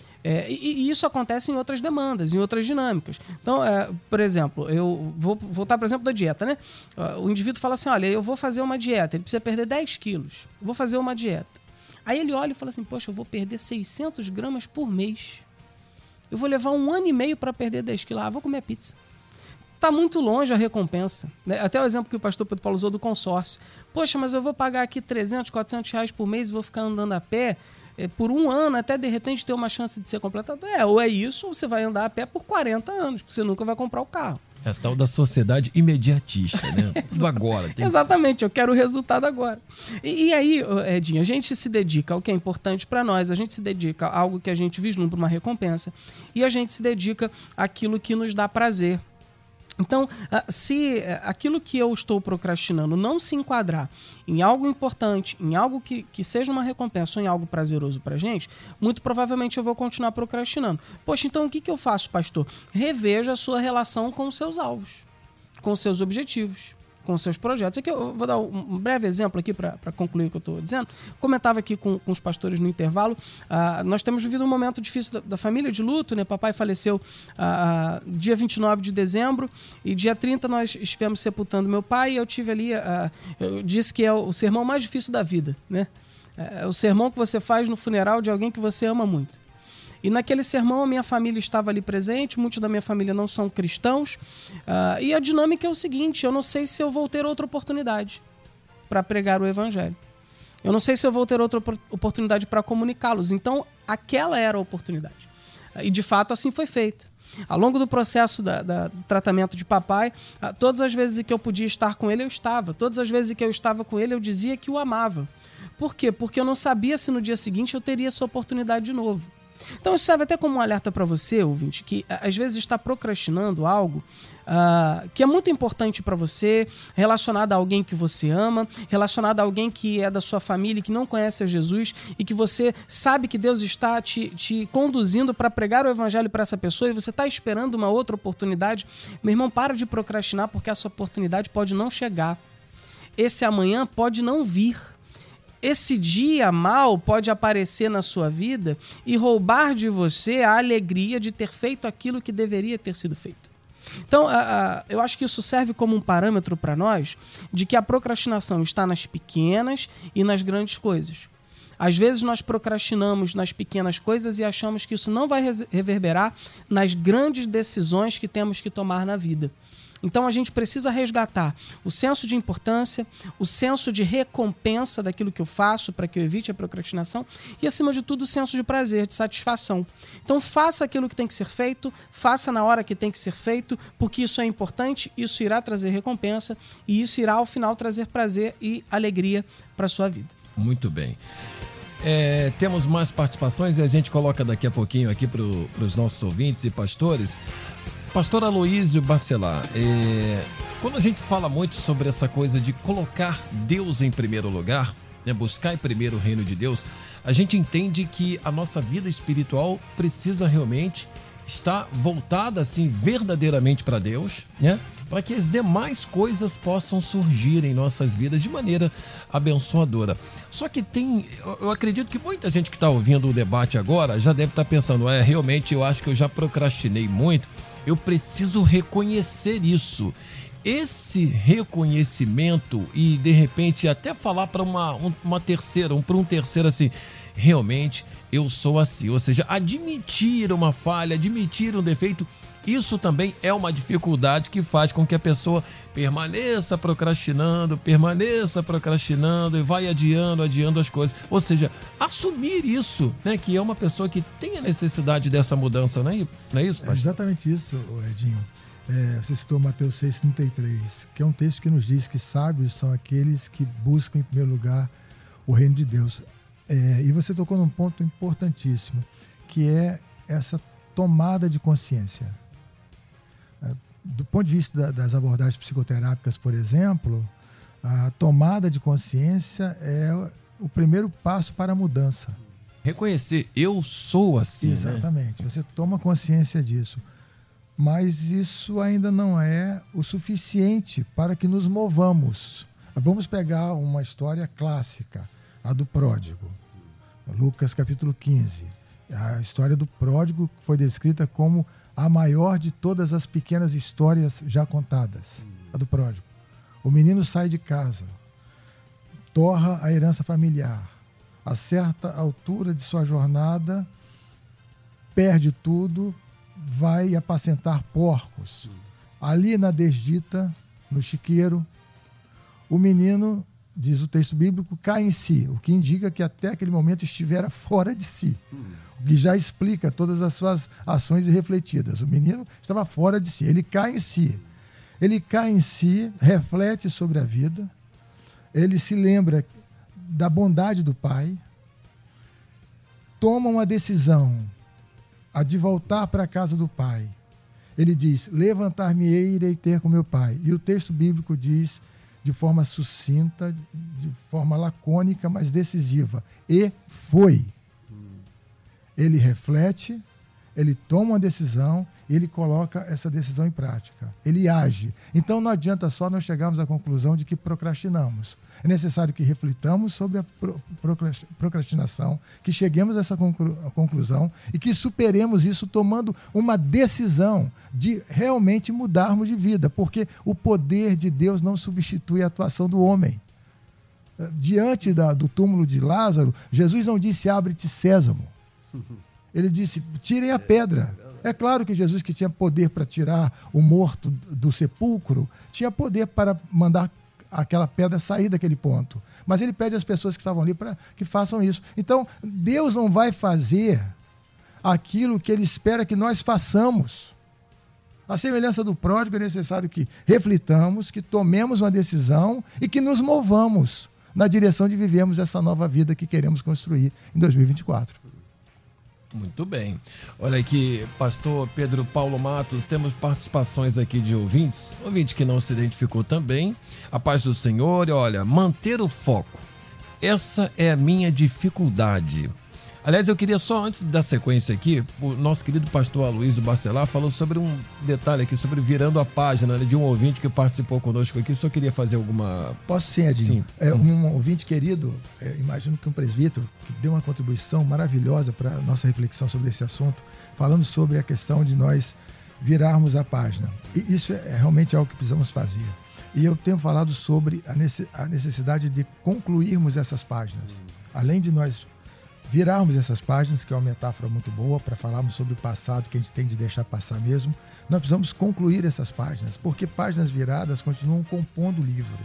E isso acontece em outras demandas, em outras dinâmicas. Então, por exemplo, eu vou voltar, por exemplo, da dieta, né? O indivíduo fala assim, olha, eu vou fazer uma dieta, ele precisa perder 10 quilos, vou fazer uma dieta. Aí ele olha e fala assim, poxa, eu vou perder 600 gramas por mês. Eu vou levar 1 ano e meio para perder 10 quilos. Vou comer pizza. Está muito longe a recompensa. Até o exemplo que o pastor Pedro Paulo usou do consórcio. Poxa, mas eu vou pagar aqui 300, 400 reais por mês e vou ficar andando a pé por 1 ano, até de repente ter uma chance de ser completado. Ou é isso, ou você vai andar a pé por 40 anos, porque você nunca vai comprar o carro. É a tal da sociedade imediatista, né? Tudo agora. Exatamente, eu quero o resultado agora. E aí, Edinho, a gente se dedica ao que é importante para nós, a gente se dedica a algo que a gente vislumbra uma recompensa e a gente se dedica àquilo que nos dá prazer. Então, se aquilo que eu estou procrastinando não se enquadrar em algo importante, em algo que seja uma recompensa ou em algo prazeroso pra gente, muito provavelmente eu vou continuar procrastinando. Poxa, então o que eu faço, pastor? Reveja a sua relação com os seus alvos, com os seus objetivos, com os seus projetos. Aqui eu vou dar um breve exemplo aqui para concluir o que eu estou dizendo. Comentava aqui com os pastores no intervalo, nós temos vivido um momento difícil da família, de luto, né? Papai faleceu dia 29 de dezembro e dia 30 nós estivemos sepultando meu pai e eu tive ali, eu disse que é o sermão mais difícil da vida, né? É o sermão que você faz no funeral de alguém que você ama muito. E naquele sermão a minha família estava ali presente, muitos da minha família não são cristãos, e a dinâmica é o seguinte, eu não sei se eu vou ter outra oportunidade para pregar o evangelho. Eu não sei se eu vou ter outra oportunidade para comunicá-los. Então, aquela era a oportunidade. E de fato assim foi feito. Ao longo do processo do tratamento de papai, todas as vezes que eu podia estar com ele, eu estava. Todas as vezes que eu estava com ele, eu dizia que o amava. Por quê? Porque eu não sabia se no dia seguinte eu teria essa oportunidade de novo. Então isso serve até como um alerta para você, ouvinte, que às vezes está procrastinando algo que é muito importante para você, relacionado a alguém que você ama, relacionado a alguém que é da sua família, que não conhece a Jesus e que você sabe que Deus está te conduzindo para pregar o evangelho para essa pessoa e você está esperando uma outra oportunidade. Meu irmão, para de procrastinar porque essa oportunidade pode não chegar. Esse amanhã pode não vir. Esse dia mal pode aparecer na sua vida e roubar de você a alegria de ter feito aquilo que deveria ter sido feito. Então, eu acho que isso serve como um parâmetro para nós de que a procrastinação está nas pequenas e nas grandes coisas. Às vezes nós procrastinamos nas pequenas coisas e achamos que isso não vai reverberar nas grandes decisões que temos que tomar na vida. Então a gente precisa resgatar o senso de importância, o senso de recompensa daquilo que eu faço para que eu evite a procrastinação e, acima de tudo, o senso de prazer, de satisfação. Então faça aquilo que tem que ser feito, faça na hora que tem que ser feito, porque isso é importante, isso irá trazer recompensa e isso irá, ao final, trazer prazer e alegria para a sua vida. Muito bem. Temos mais participações e a gente coloca daqui a pouquinho aqui para os nossos ouvintes e pastores. Pastor Aloísio Bacelar, quando a gente fala muito sobre essa coisa de colocar Deus em primeiro lugar, né, buscar em primeiro o reino de Deus, a gente entende que a nossa vida espiritual precisa realmente estar voltada assim verdadeiramente para Deus, né, para que as demais coisas possam surgir em nossas vidas de maneira abençoadora. Só que eu acredito que muita gente que está ouvindo o debate agora já deve estar pensando, realmente eu acho que eu já procrastinei muito. Eu preciso reconhecer isso. Esse reconhecimento e, de repente, até falar para uma terceira, para um terceiro assim, realmente eu sou assim. Ou seja, admitir uma falha, admitir um defeito, isso também é uma dificuldade que faz com que a pessoa permaneça procrastinando e vai adiando as coisas. Ou seja, assumir isso, né, que é uma pessoa que tem a necessidade dessa mudança, não é isso, pastor? É exatamente isso, Edinho. Você citou Mateus 6,33, que é um texto que nos diz que sábios são aqueles que buscam em primeiro lugar o reino de Deus. E você tocou num ponto importantíssimo, que é essa tomada de consciência. Do ponto de vista das abordagens psicoterápicas, por exemplo, a tomada de consciência é o primeiro passo para a mudança. Reconhecer, eu sou assim. Exatamente, né? Você toma consciência disso. Mas isso ainda não é o suficiente para que nos movamos. Vamos pegar uma história clássica, a do pródigo. Lucas capítulo 15. A história do pródigo foi descrita como a maior de todas as pequenas histórias já contadas, a do pródigo. O menino sai de casa, torra a herança familiar, a certa altura de sua jornada, perde tudo, vai apacentar porcos. Ali na desdita, no chiqueiro, o menino, diz o texto bíblico, cai em si, o que indica que até aquele momento estivera fora de si. O que já explica todas as suas ações irrefletidas. O menino estava fora de si, ele cai em si. Ele cai em si, reflete sobre a vida, ele se lembra da bondade do pai, toma uma decisão, a de voltar para a casa do pai. Ele diz, levantar-me-ei e irei ter com meu pai. E o texto bíblico diz, de forma sucinta, de forma lacônica, mas decisiva, e foi. Ele reflete, ele toma uma decisão e ele coloca essa decisão em prática. Ele age. Então não adianta só nós chegarmos à conclusão de que procrastinamos. É necessário que reflitamos sobre a procrastinação, que cheguemos a essa conclusão e que superemos isso tomando uma decisão de realmente mudarmos de vida, porque o poder de Deus não substitui a atuação do homem. Diante do túmulo de Lázaro, Jesus não disse, abre-te sésamo. Ele disse, tirem a pedra. É claro que Jesus, que tinha poder para tirar o morto do sepulcro, tinha poder para mandar aquela pedra sair daquele ponto. Mas ele pede às pessoas que estavam ali para que façam isso. Então, Deus não vai fazer aquilo que ele espera que nós façamos. A semelhança do pródigo, é necessário que reflitamos, que tomemos uma decisão e que nos movamos na direção de vivermos essa nova vida que queremos construir em 2024. Muito bem. Olha aqui, pastor Pedro Paulo Matos, temos participações aqui de ouvintes, ouvinte que não se identificou também. A paz do Senhor, olha, manter o foco. Essa é a minha dificuldade. Aliás, eu queria só, antes da sequência aqui, o nosso querido pastor Aloysio Bacelar falou sobre um detalhe aqui, sobre virando a página, né, de um ouvinte que participou conosco aqui. Só queria fazer alguma... Posso sim, Edinho? Sim. Um ouvinte querido, imagino que um presbítero, que deu uma contribuição maravilhosa para a nossa reflexão sobre esse assunto, falando sobre a questão de nós virarmos a página. E isso é realmente algo que precisamos fazer. E eu tenho falado sobre a necessidade de concluirmos essas páginas. Além de nós virarmos essas páginas, que é uma metáfora muito boa para falarmos sobre o passado que a gente tem de deixar passar mesmo, nós precisamos concluir essas páginas, porque páginas viradas continuam compondo o livro.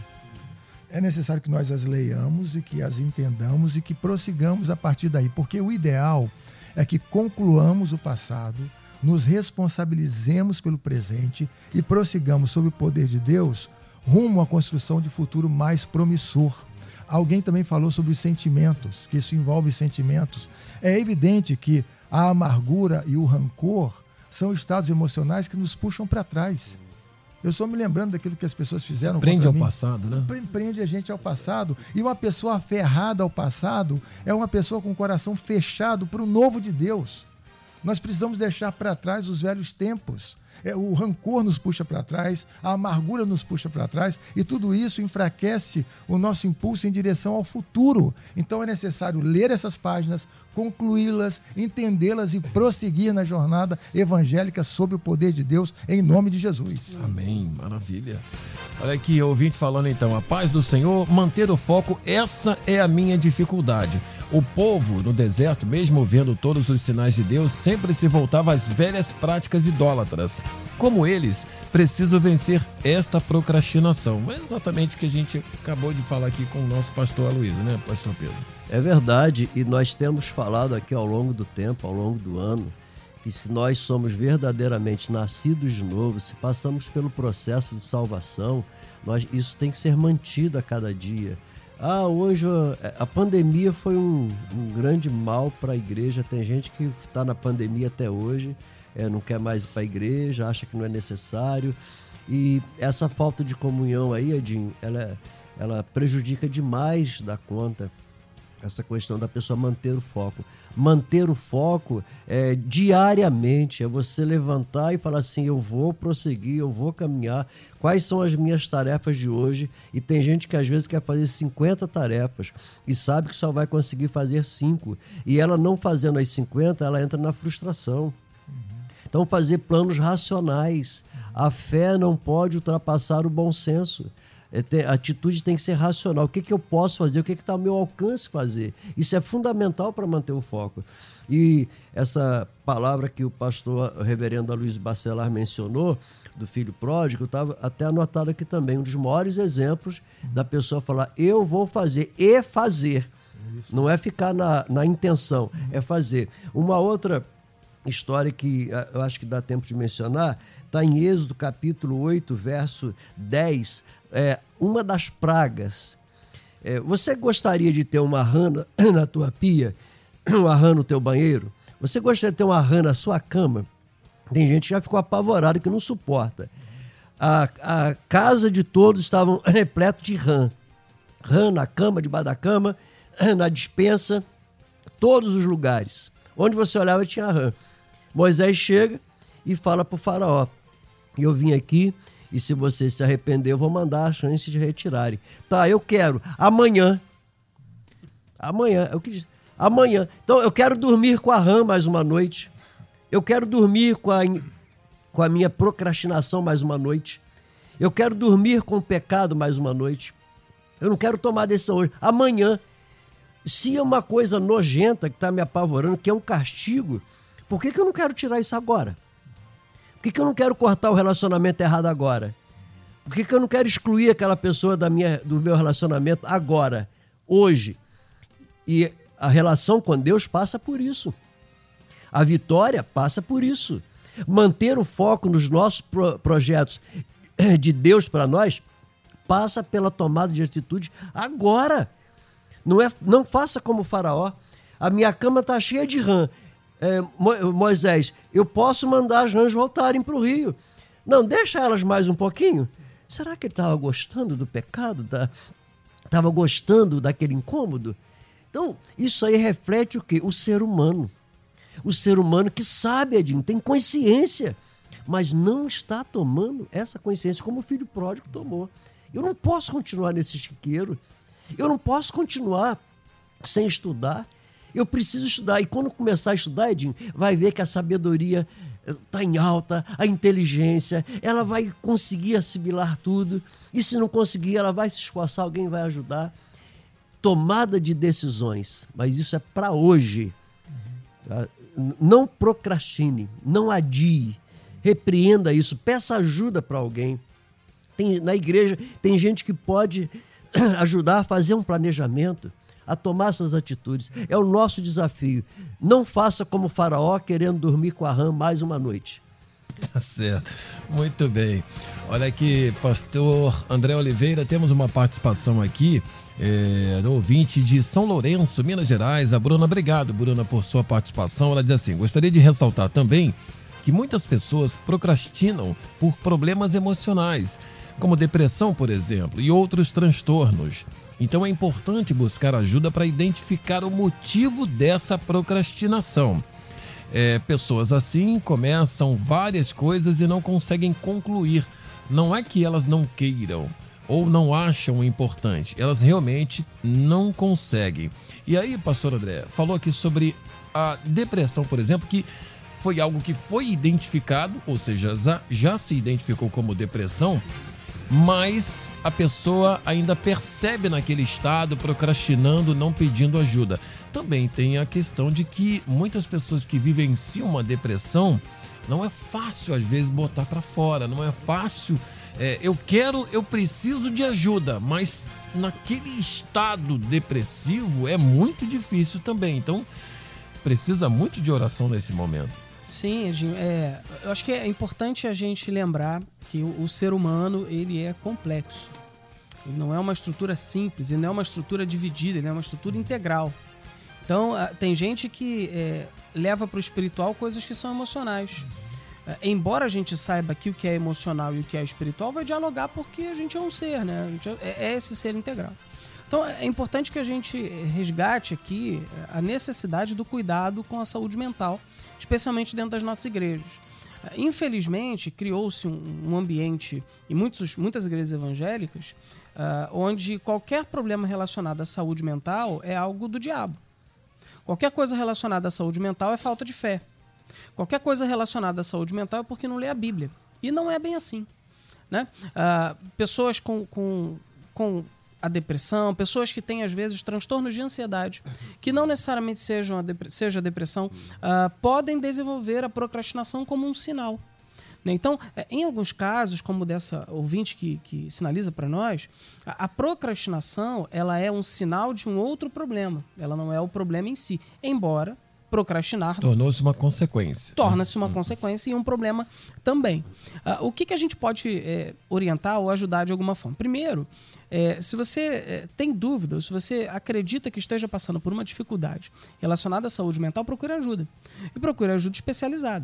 É necessário que nós as leiamos e que as entendamos e que prossigamos a partir daí, porque o ideal é que concluamos o passado, nos responsabilizemos pelo presente e prossigamos sob o poder de Deus rumo à construção de futuro mais promissor. Alguém também falou sobre os sentimentos, que isso envolve sentimentos. É evidente que a amargura e o rancor são estados emocionais que nos puxam para trás. Eu estou me lembrando daquilo que as pessoas fizeram contra mim. Prende ao passado, né? Prende a gente ao passado. E uma pessoa aferrada ao passado é uma pessoa com o coração fechado para o novo de Deus. Nós precisamos deixar para trás os velhos tempos. O rancor nos puxa para trás, a amargura nos puxa para trás e tudo isso enfraquece o nosso impulso em direção ao futuro. Então é necessário ler essas páginas, concluí-las, entendê-las e prosseguir na jornada evangélica sob o poder de Deus, em nome de Jesus. Amém, maravilha. Olha aqui, ouvinte falando então, a paz do Senhor, manter o foco, essa é a minha dificuldade. O povo no deserto, mesmo vendo todos os sinais de Deus, sempre se voltava às velhas práticas idólatras. Como eles, preciso vencer esta procrastinação. É exatamente o que a gente acabou de falar aqui com o nosso pastor Aloysio, né, pastor Pedro? É verdade, e nós temos falado aqui ao longo do tempo, ao longo do ano, que se nós somos verdadeiramente nascidos de novo, se passamos pelo processo de salvação, isso tem que ser mantido a cada dia. Hoje a pandemia foi um grande mal para a igreja. Tem gente que está na pandemia até hoje, não quer mais ir para a igreja, acha que não é necessário. E essa falta de comunhão aí, Edinho, ela prejudica demais da conta essa questão da pessoa manter o foco. Manter o foco diariamente, é você levantar e falar assim, eu vou prosseguir, eu vou caminhar, quais são as minhas tarefas de hoje? E tem gente que às vezes quer fazer 50 tarefas e sabe que só vai conseguir fazer 5. E ela não fazendo as 50, ela entra na frustração. Então fazer planos racionais. A fé não pode ultrapassar o bom senso. A atitude tem que ser racional. O que eu posso fazer? O que está ao meu alcance fazer? Isso é fundamental para manter o foco. E essa palavra que o pastor o reverendo Aloysio Bacelar mencionou, do filho pródigo, estava até anotado aqui também. Um dos maiores exemplos da pessoa falar, eu vou fazer, e fazer. Isso. Não é ficar na intenção, é fazer. Uma outra história que eu acho que dá tempo de mencionar, está em Êxodo capítulo 8, verso 10, uma das pragas. Você gostaria de ter uma rã na tua pia, uma rã no teu banheiro? Você gostaria de ter uma rã na sua cama? Tem gente que já ficou apavorada, que não suporta. A casa de todos estava repleto de rã. Rã na cama, debaixo da cama, na despensa, todos os lugares. Onde você olhava tinha rã. Moisés chega e fala para o faraó, eu vim aqui e se você se arrepender eu vou mandar a chance de retirarem. Tá, eu quero amanhã. Então eu quero dormir com a rã mais uma noite. Eu quero dormir com a minha procrastinação mais uma noite. Eu quero dormir com o pecado mais uma noite. Eu não quero tomar decisão hoje. Amanhã, se é uma coisa nojenta que está me apavorando, que é um castigo, por que eu não quero tirar isso agora? Por que eu não quero cortar o relacionamento errado agora? Por que eu não quero excluir aquela pessoa do meu relacionamento agora, hoje? E a relação com Deus passa por isso. A vitória passa por isso. Manter o foco nos nossos projetos de Deus para nós passa pela tomada de atitude agora. Não faça como o faraó. A minha cama está cheia de rã. Moisés, eu posso mandar as rãs voltarem para o rio. Não, deixa elas mais um pouquinho. Será que ele estava gostando do pecado? Estava gostando daquele incômodo? Então, isso aí reflete o quê? O ser humano. O ser humano que sabe, Edinho, tem consciência, mas não está tomando essa consciência como o filho pródigo tomou. Eu não posso continuar nesse chiqueiro. Eu não posso continuar sem estudar. Eu preciso estudar. E quando começar a estudar, Edinho, vai ver que a sabedoria está em alta, a inteligência, ela vai conseguir assimilar tudo. E se não conseguir, ela vai se esforçar, alguém vai ajudar. Tomada de decisões, mas isso é para hoje. Não procrastine, não adie, repreenda isso, peça ajuda para alguém. Na igreja tem gente que pode ajudar a fazer um planejamento, a tomar essas atitudes. É o nosso desafio. Não faça como o faraó querendo dormir com a rã mais uma noite. Tá certo, muito bem. Olha aqui, pastor André Oliveira, temos uma participação aqui do ouvinte de São Lourenço, Minas Gerais, a Bruna. Obrigado, Bruna, por sua participação. Ela diz assim, gostaria de ressaltar também que muitas pessoas procrastinam por problemas emocionais, como depressão, por exemplo, e outros transtornos. Então é importante buscar ajuda para identificar o motivo dessa procrastinação. Pessoas assim começam várias coisas e não conseguem concluir. Não é que elas não queiram ou não acham importante, elas realmente não conseguem. E aí, pastor André, falou aqui sobre a depressão, por exemplo, que foi algo que foi identificado, ou seja, já se identificou como depressão, mas a pessoa ainda percebe naquele estado, procrastinando, não pedindo ajuda. Também tem a questão de que muitas pessoas que vivem em si uma depressão, não é fácil às vezes botar para fora, não é fácil. Eu preciso de ajuda, mas naquele estado depressivo é muito difícil também. Então, precisa muito de oração nesse momento. Sim, Edinho, eu acho que é importante a gente lembrar que o ser humano, ele é complexo. Ele não é uma estrutura simples, ele não é uma estrutura dividida, ele é uma estrutura integral. Então, tem gente que leva para o espiritual coisas que são emocionais. Embora a gente saiba que o que é emocional e o que é espiritual vai dialogar porque a gente é um ser, né? A gente é esse ser integral. Então, é importante que a gente resgate aqui a necessidade do cuidado com a saúde mental, especialmente dentro das nossas igrejas. Infelizmente, criou-se um ambiente em muitas igrejas evangélicas onde qualquer problema relacionado à saúde mental é algo do diabo. Qualquer coisa relacionada à saúde mental é falta de fé. Qualquer coisa relacionada à saúde mental é porque não lê a Bíblia. E não é bem assim. né? Pessoas com a depressão, pessoas que têm, às vezes, transtornos de ansiedade, que não necessariamente seja a depressão, podem desenvolver a procrastinação como um sinal. Então, em alguns casos, como dessa ouvinte que sinaliza para nós, a procrastinação ela é um sinal de um outro problema. Ela não é o problema em si, embora procrastinar tornou-se uma consequência. Torna-se uma consequência e um problema também. O que a gente pode orientar ou ajudar de alguma forma? Primeiro, se você tem dúvida, se você acredita que esteja passando por uma dificuldade relacionada à saúde mental, procure ajuda. E procure ajuda especializada.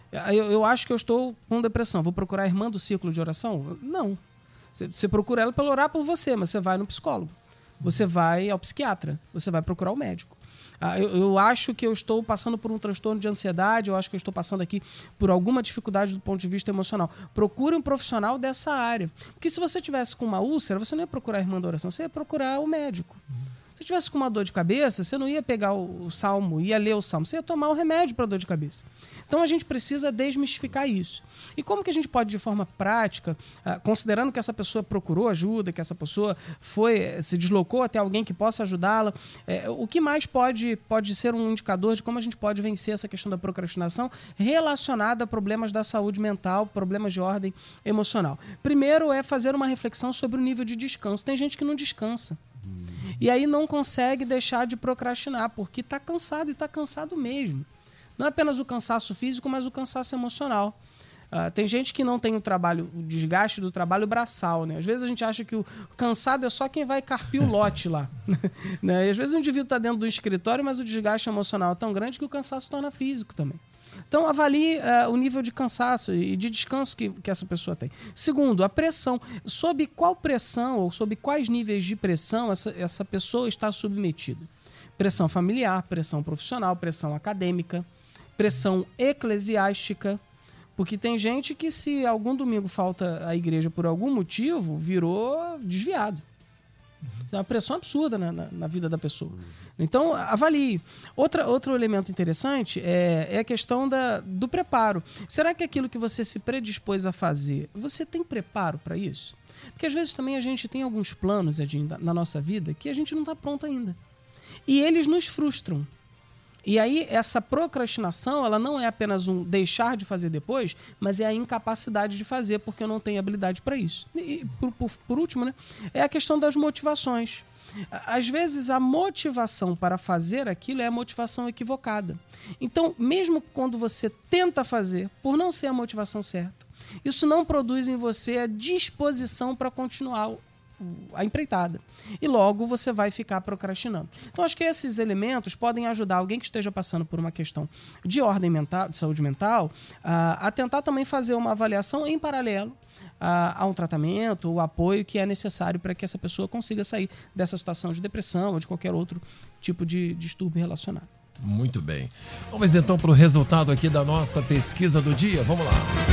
Eu acho que eu estou com depressão. Vou procurar a irmã do círculo de oração? Não. Você procura ela para orar por você, mas você vai no psicólogo. Você vai ao psiquiatra. Você vai procurar o médico. Eu acho que eu estou passando por um transtorno de ansiedade, eu acho que eu estou passando aqui por alguma dificuldade do ponto de vista emocional. Procure um profissional dessa área. Porque se você tivesse com uma úlcera, você não ia procurar a irmã da oração, você ia procurar o médico. Se você tivesse com uma dor de cabeça, você não ia pegar o salmo, ia ler o salmo, você ia tomar um remédio para dor de cabeça. Então a gente precisa desmistificar isso. E como que a gente pode, de forma prática, considerando que essa pessoa procurou ajuda, que essa pessoa se deslocou até alguém que possa ajudá-la, o que mais pode ser um indicador de como a gente pode vencer essa questão da procrastinação relacionada a problemas da saúde mental, problemas de ordem emocional? Primeiro é fazer uma reflexão sobre o nível de descanso. Tem gente que não descansa. E aí não consegue deixar de procrastinar, porque está cansado, e está cansado mesmo. Não é apenas o cansaço físico, mas o cansaço emocional. Tem gente que não tem o desgaste do trabalho braçal, né? Às vezes a gente acha que o cansado é só quem vai carpir o lote lá. Né? E às vezes o indivíduo está dentro do escritório, mas o desgaste emocional é tão grande que o cansaço torna físico também. Então, avalie o nível de cansaço e de descanso que essa pessoa tem. Segundo, a pressão. Sob qual pressão ou sob quais níveis de pressão essa pessoa está submetida? Pressão familiar, pressão profissional, pressão acadêmica, pressão eclesiástica. Porque tem gente que, se algum domingo falta à igreja por algum motivo, virou desviado. Isso é uma pressão absurda na vida da pessoa. Então, avalie. Outro elemento interessante é a questão do preparo. Será que aquilo que você se predispôs a fazer, você tem preparo para isso? Porque às vezes também a gente tem alguns planos, Edinho, na nossa vida que a gente não está pronto ainda. E eles nos frustram. E aí, essa procrastinação, ela não é apenas um deixar de fazer depois, mas é a incapacidade de fazer, porque eu não tenho habilidade para isso. E, por último, né, é a questão das motivações. Às vezes, a motivação para fazer aquilo é a motivação equivocada. Então, mesmo quando você tenta fazer, por não ser a motivação certa, isso não produz em você a disposição para continuar a empreitada. E logo você vai ficar procrastinando. Então, acho que esses elementos podem ajudar alguém que esteja passando por uma questão de ordem mental, de saúde mental, a tentar também fazer uma avaliação em paralelo a um tratamento, o apoio que é necessário para que essa pessoa consiga sair dessa situação de depressão ou de qualquer outro tipo de distúrbio relacionado. Muito bem. Vamos então para o resultado aqui da nossa pesquisa do dia. Vamos lá.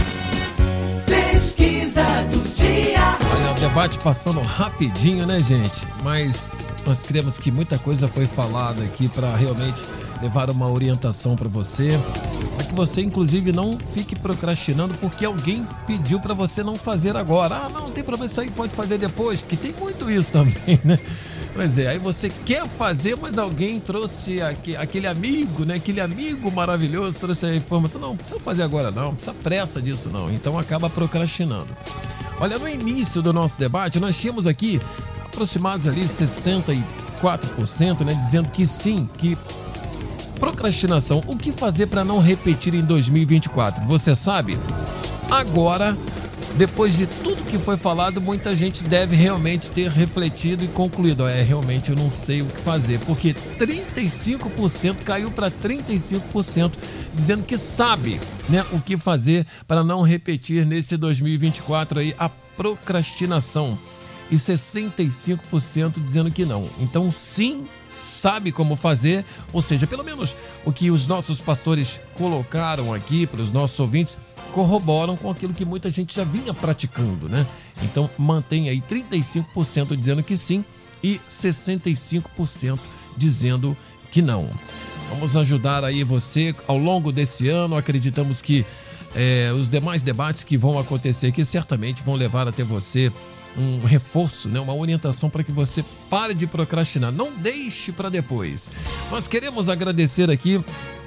Pesquisa do dia. Olha, o debate passando rapidinho, né, gente? Mas nós cremos que muita coisa foi falada aqui para realmente levar uma orientação para você, para que você, inclusive, não fique procrastinando porque alguém pediu para você não fazer agora. Não tem problema, isso aí pode fazer depois, porque tem muito isso também, né? Pois é, aí você quer fazer, mas alguém trouxe aquele amigo, né? Aquele amigo maravilhoso trouxe a informação. Não precisa fazer agora não, não precisa pressa disso não. Então acaba procrastinando. Olha, no início do nosso debate, nós tínhamos aqui aproximados ali 64%, né? Dizendo que sim, que procrastinação. O que fazer para não repetir em 2024? Você sabe? Agora, depois de tudo que foi falado, muita gente deve realmente ter refletido e concluído. Realmente eu não sei o que fazer, porque 35% caiu para 35%, dizendo que sabe, né, o que fazer para não repetir nesse 2024 aí a procrastinação. E 65% dizendo que não. Então, sim, sabe como fazer, ou seja, pelo menos o que os nossos pastores colocaram aqui para os nossos ouvintes, corroboram com aquilo que muita gente já vinha praticando, né? Então, mantém aí 35% dizendo que sim e 65% dizendo que não. Vamos ajudar aí você ao longo desse ano. Acreditamos que os demais debates que vão acontecer aqui certamente vão levar até você um reforço, né? Uma orientação para que você pare de procrastinar. Não deixe para depois. Nós queremos agradecer aqui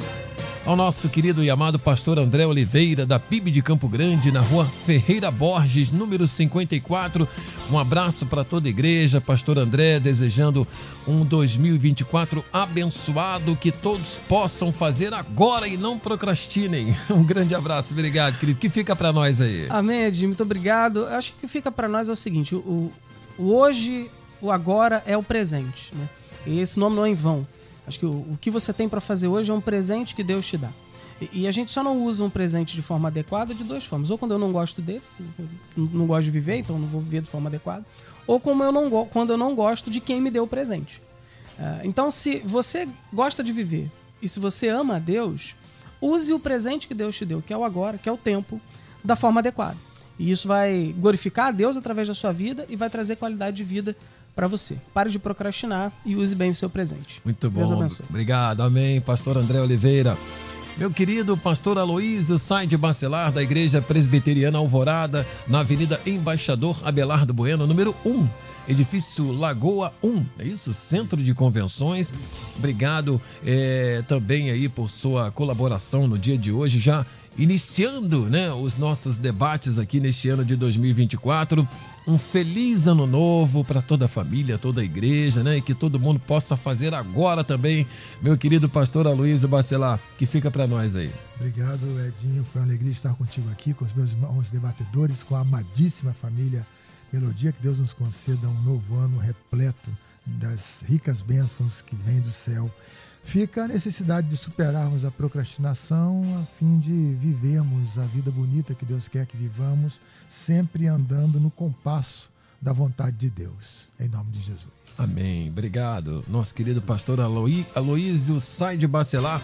ao nosso querido e amado pastor André Oliveira, da PIB de Campo Grande, na rua Ferreira Borges, número 54. Um abraço para toda a igreja, pastor André, desejando um 2024 abençoado, que todos possam fazer agora e não procrastinem. Um grande abraço, obrigado, querido. O que fica para nós aí? Amém, Edinho, muito obrigado. Eu acho que o que fica para nós é o seguinte, o hoje, o agora é o presente, né? E esse nome não é em vão. Acho que o que você tem para fazer hoje é um presente que Deus te dá. E a gente só não usa um presente de forma adequada de duas formas. Ou quando eu não gosto dele, não gosto de viver, então não vou viver de forma adequada. Ou quando eu não gosto de quem me deu o presente. Então, se você gosta de viver e se você ama a Deus, use o presente que Deus te deu, que é o agora, que é o tempo, da forma adequada. E isso vai glorificar a Deus através da sua vida e vai trazer qualidade de vida para você. Pare de procrastinar e use bem o seu presente. Muito bom. Deus abençoe. Obrigado, amém. Pastor André Oliveira. Meu querido pastor Aloísio Saide Bacelar, da Igreja Presbiteriana Alvorada, na Avenida Embaixador Abelardo Bueno, número 1, edifício Lagoa 1, é isso? Centro de Convenções. Obrigado também aí por sua colaboração no dia de hoje, já iniciando, né, os nossos debates aqui neste ano de 2024. Um feliz ano novo para toda a família, toda a igreja, né? E que todo mundo possa fazer agora também, meu querido pastor Aloísio Bacelar, que fica para nós aí. Obrigado, Edinho. Foi uma alegria estar contigo aqui, com os meus irmãos debatedores, com a amadíssima família Melodia. Que Deus nos conceda um novo ano repleto das ricas bênçãos que vêm do céu. Fica a necessidade de superarmos a procrastinação a fim de vivermos a vida bonita que Deus quer que vivamos, sempre andando no compasso da vontade de Deus. Em nome de Jesus. Amém. Obrigado. Nosso querido pastor Aloísio Saide Bacelar.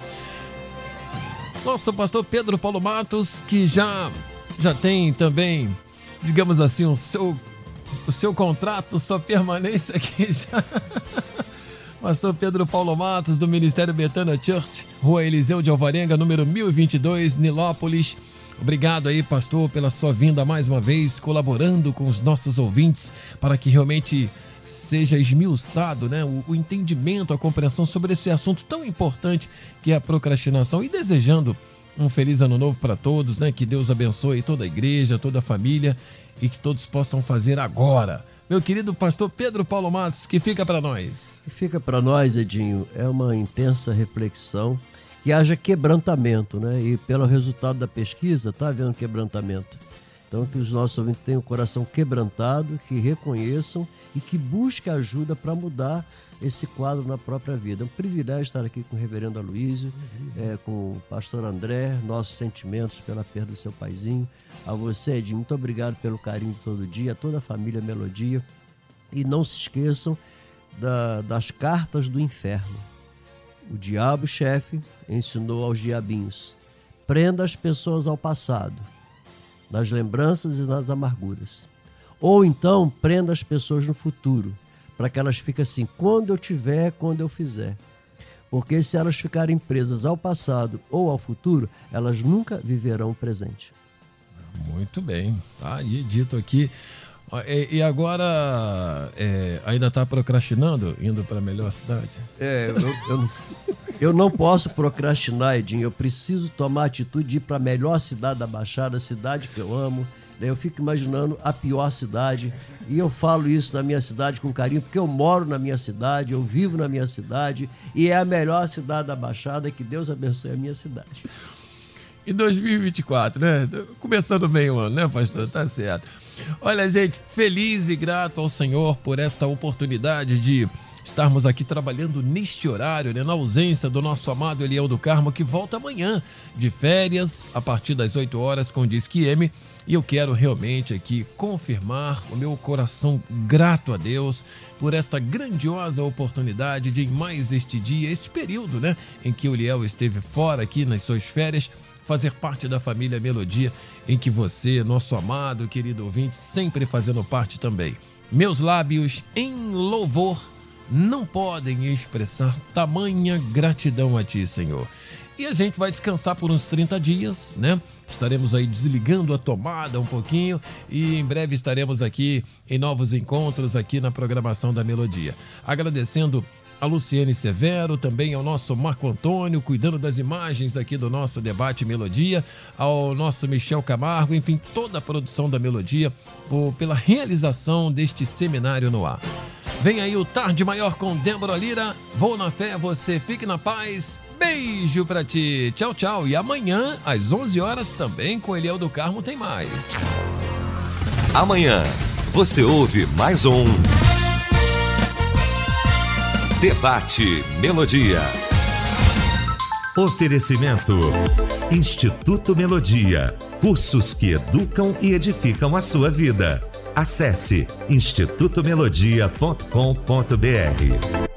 Nosso pastor Pedro Paulo Matos, que já tem também, digamos assim, o seu contrato, sua permanência aqui já... Pastor Pedro Paulo Matos, do Ministério Betânia Church, Rua Eliseu de Alvarenga, número 1022, Nilópolis. Obrigado aí, pastor, pela sua vinda mais uma vez, colaborando com os nossos ouvintes para que realmente seja esmiuçado, né, o entendimento, a compreensão sobre esse assunto tão importante que é a procrastinação, e desejando um feliz ano novo para todos, né, que Deus abençoe toda a igreja, toda a família e que todos possam fazer agora. Meu querido pastor Pedro Paulo Matos, que fica para nós? O que fica para nós, Edinho, é uma intensa reflexão, que haja quebrantamento, né? E pelo resultado da pesquisa, está havendo quebrantamento. Então, que os nossos ouvintes tenham o coração quebrantado, que reconheçam e que busquem ajuda para mudar esse quadro na própria vida. É um privilégio estar aqui com o reverendo Aloísio, com o pastor André, nossos sentimentos pela perda do seu paizinho. A você, Edinho, muito obrigado pelo carinho de todo dia, a toda a família Melodia. E não se esqueçam das cartas do inferno. O diabo, chefe, ensinou aos diabinhos: prenda as pessoas ao passado, nas lembranças e nas amarguras. Ou então, prenda as pessoas no futuro, para que elas fiquem assim, quando eu tiver, quando eu fizer. Porque se elas ficarem presas ao passado ou ao futuro, elas nunca viverão o presente. Muito bem, tá aí dito aqui. E agora, ainda está procrastinando, indo para a melhor cidade? Eu não posso procrastinar, Edinho. Eu preciso tomar a atitude de ir para a melhor cidade da Baixada, a cidade que eu amo. Eu fico imaginando a pior cidade, e eu falo isso na minha cidade com carinho, porque eu moro na minha cidade, eu vivo na minha cidade, e é a melhor cidade da Baixada. Que Deus abençoe a minha cidade. Em 2024, né? Começando bem o ano, né, pastor? Tá certo. Olha, gente, feliz e grato ao Senhor por esta oportunidade de estarmos aqui trabalhando neste horário, né, na ausência do nosso amado Eliel do Carmo, que volta amanhã de férias, a partir das 8 horas com o Disque M. E eu quero realmente aqui confirmar o meu coração grato a Deus por esta grandiosa oportunidade de, em mais este dia, este período, né, em que o Eliel esteve fora aqui nas suas férias, fazer parte da família Melodia, em que você, nosso amado, querido ouvinte, sempre fazendo parte também. Meus lábios em louvor não podem expressar tamanha gratidão a Ti, Senhor. E a gente vai descansar por uns 30 dias, né? estaremos aí desligando a tomada um pouquinho e em breve estaremos aqui em novos encontros aqui na programação da Melodia. Agradecendo a Luciene Severo, também ao nosso Marco Antônio, cuidando das imagens aqui do nosso debate Melodia, ao nosso Michel Camargo, enfim, toda a produção da Melodia, pela realização deste seminário no ar. Vem aí o Tarde Maior com Débora Lira. Vou na fé, você fique na paz. Beijo pra ti. Tchau, tchau. E amanhã, às 11 horas, também com Eliel do Carmo tem mais. Amanhã, você ouve mais um Debate Melodia. Oferecimento Instituto Melodia. Cursos que educam e edificam a sua vida. Acesse institutomelodia.com.br.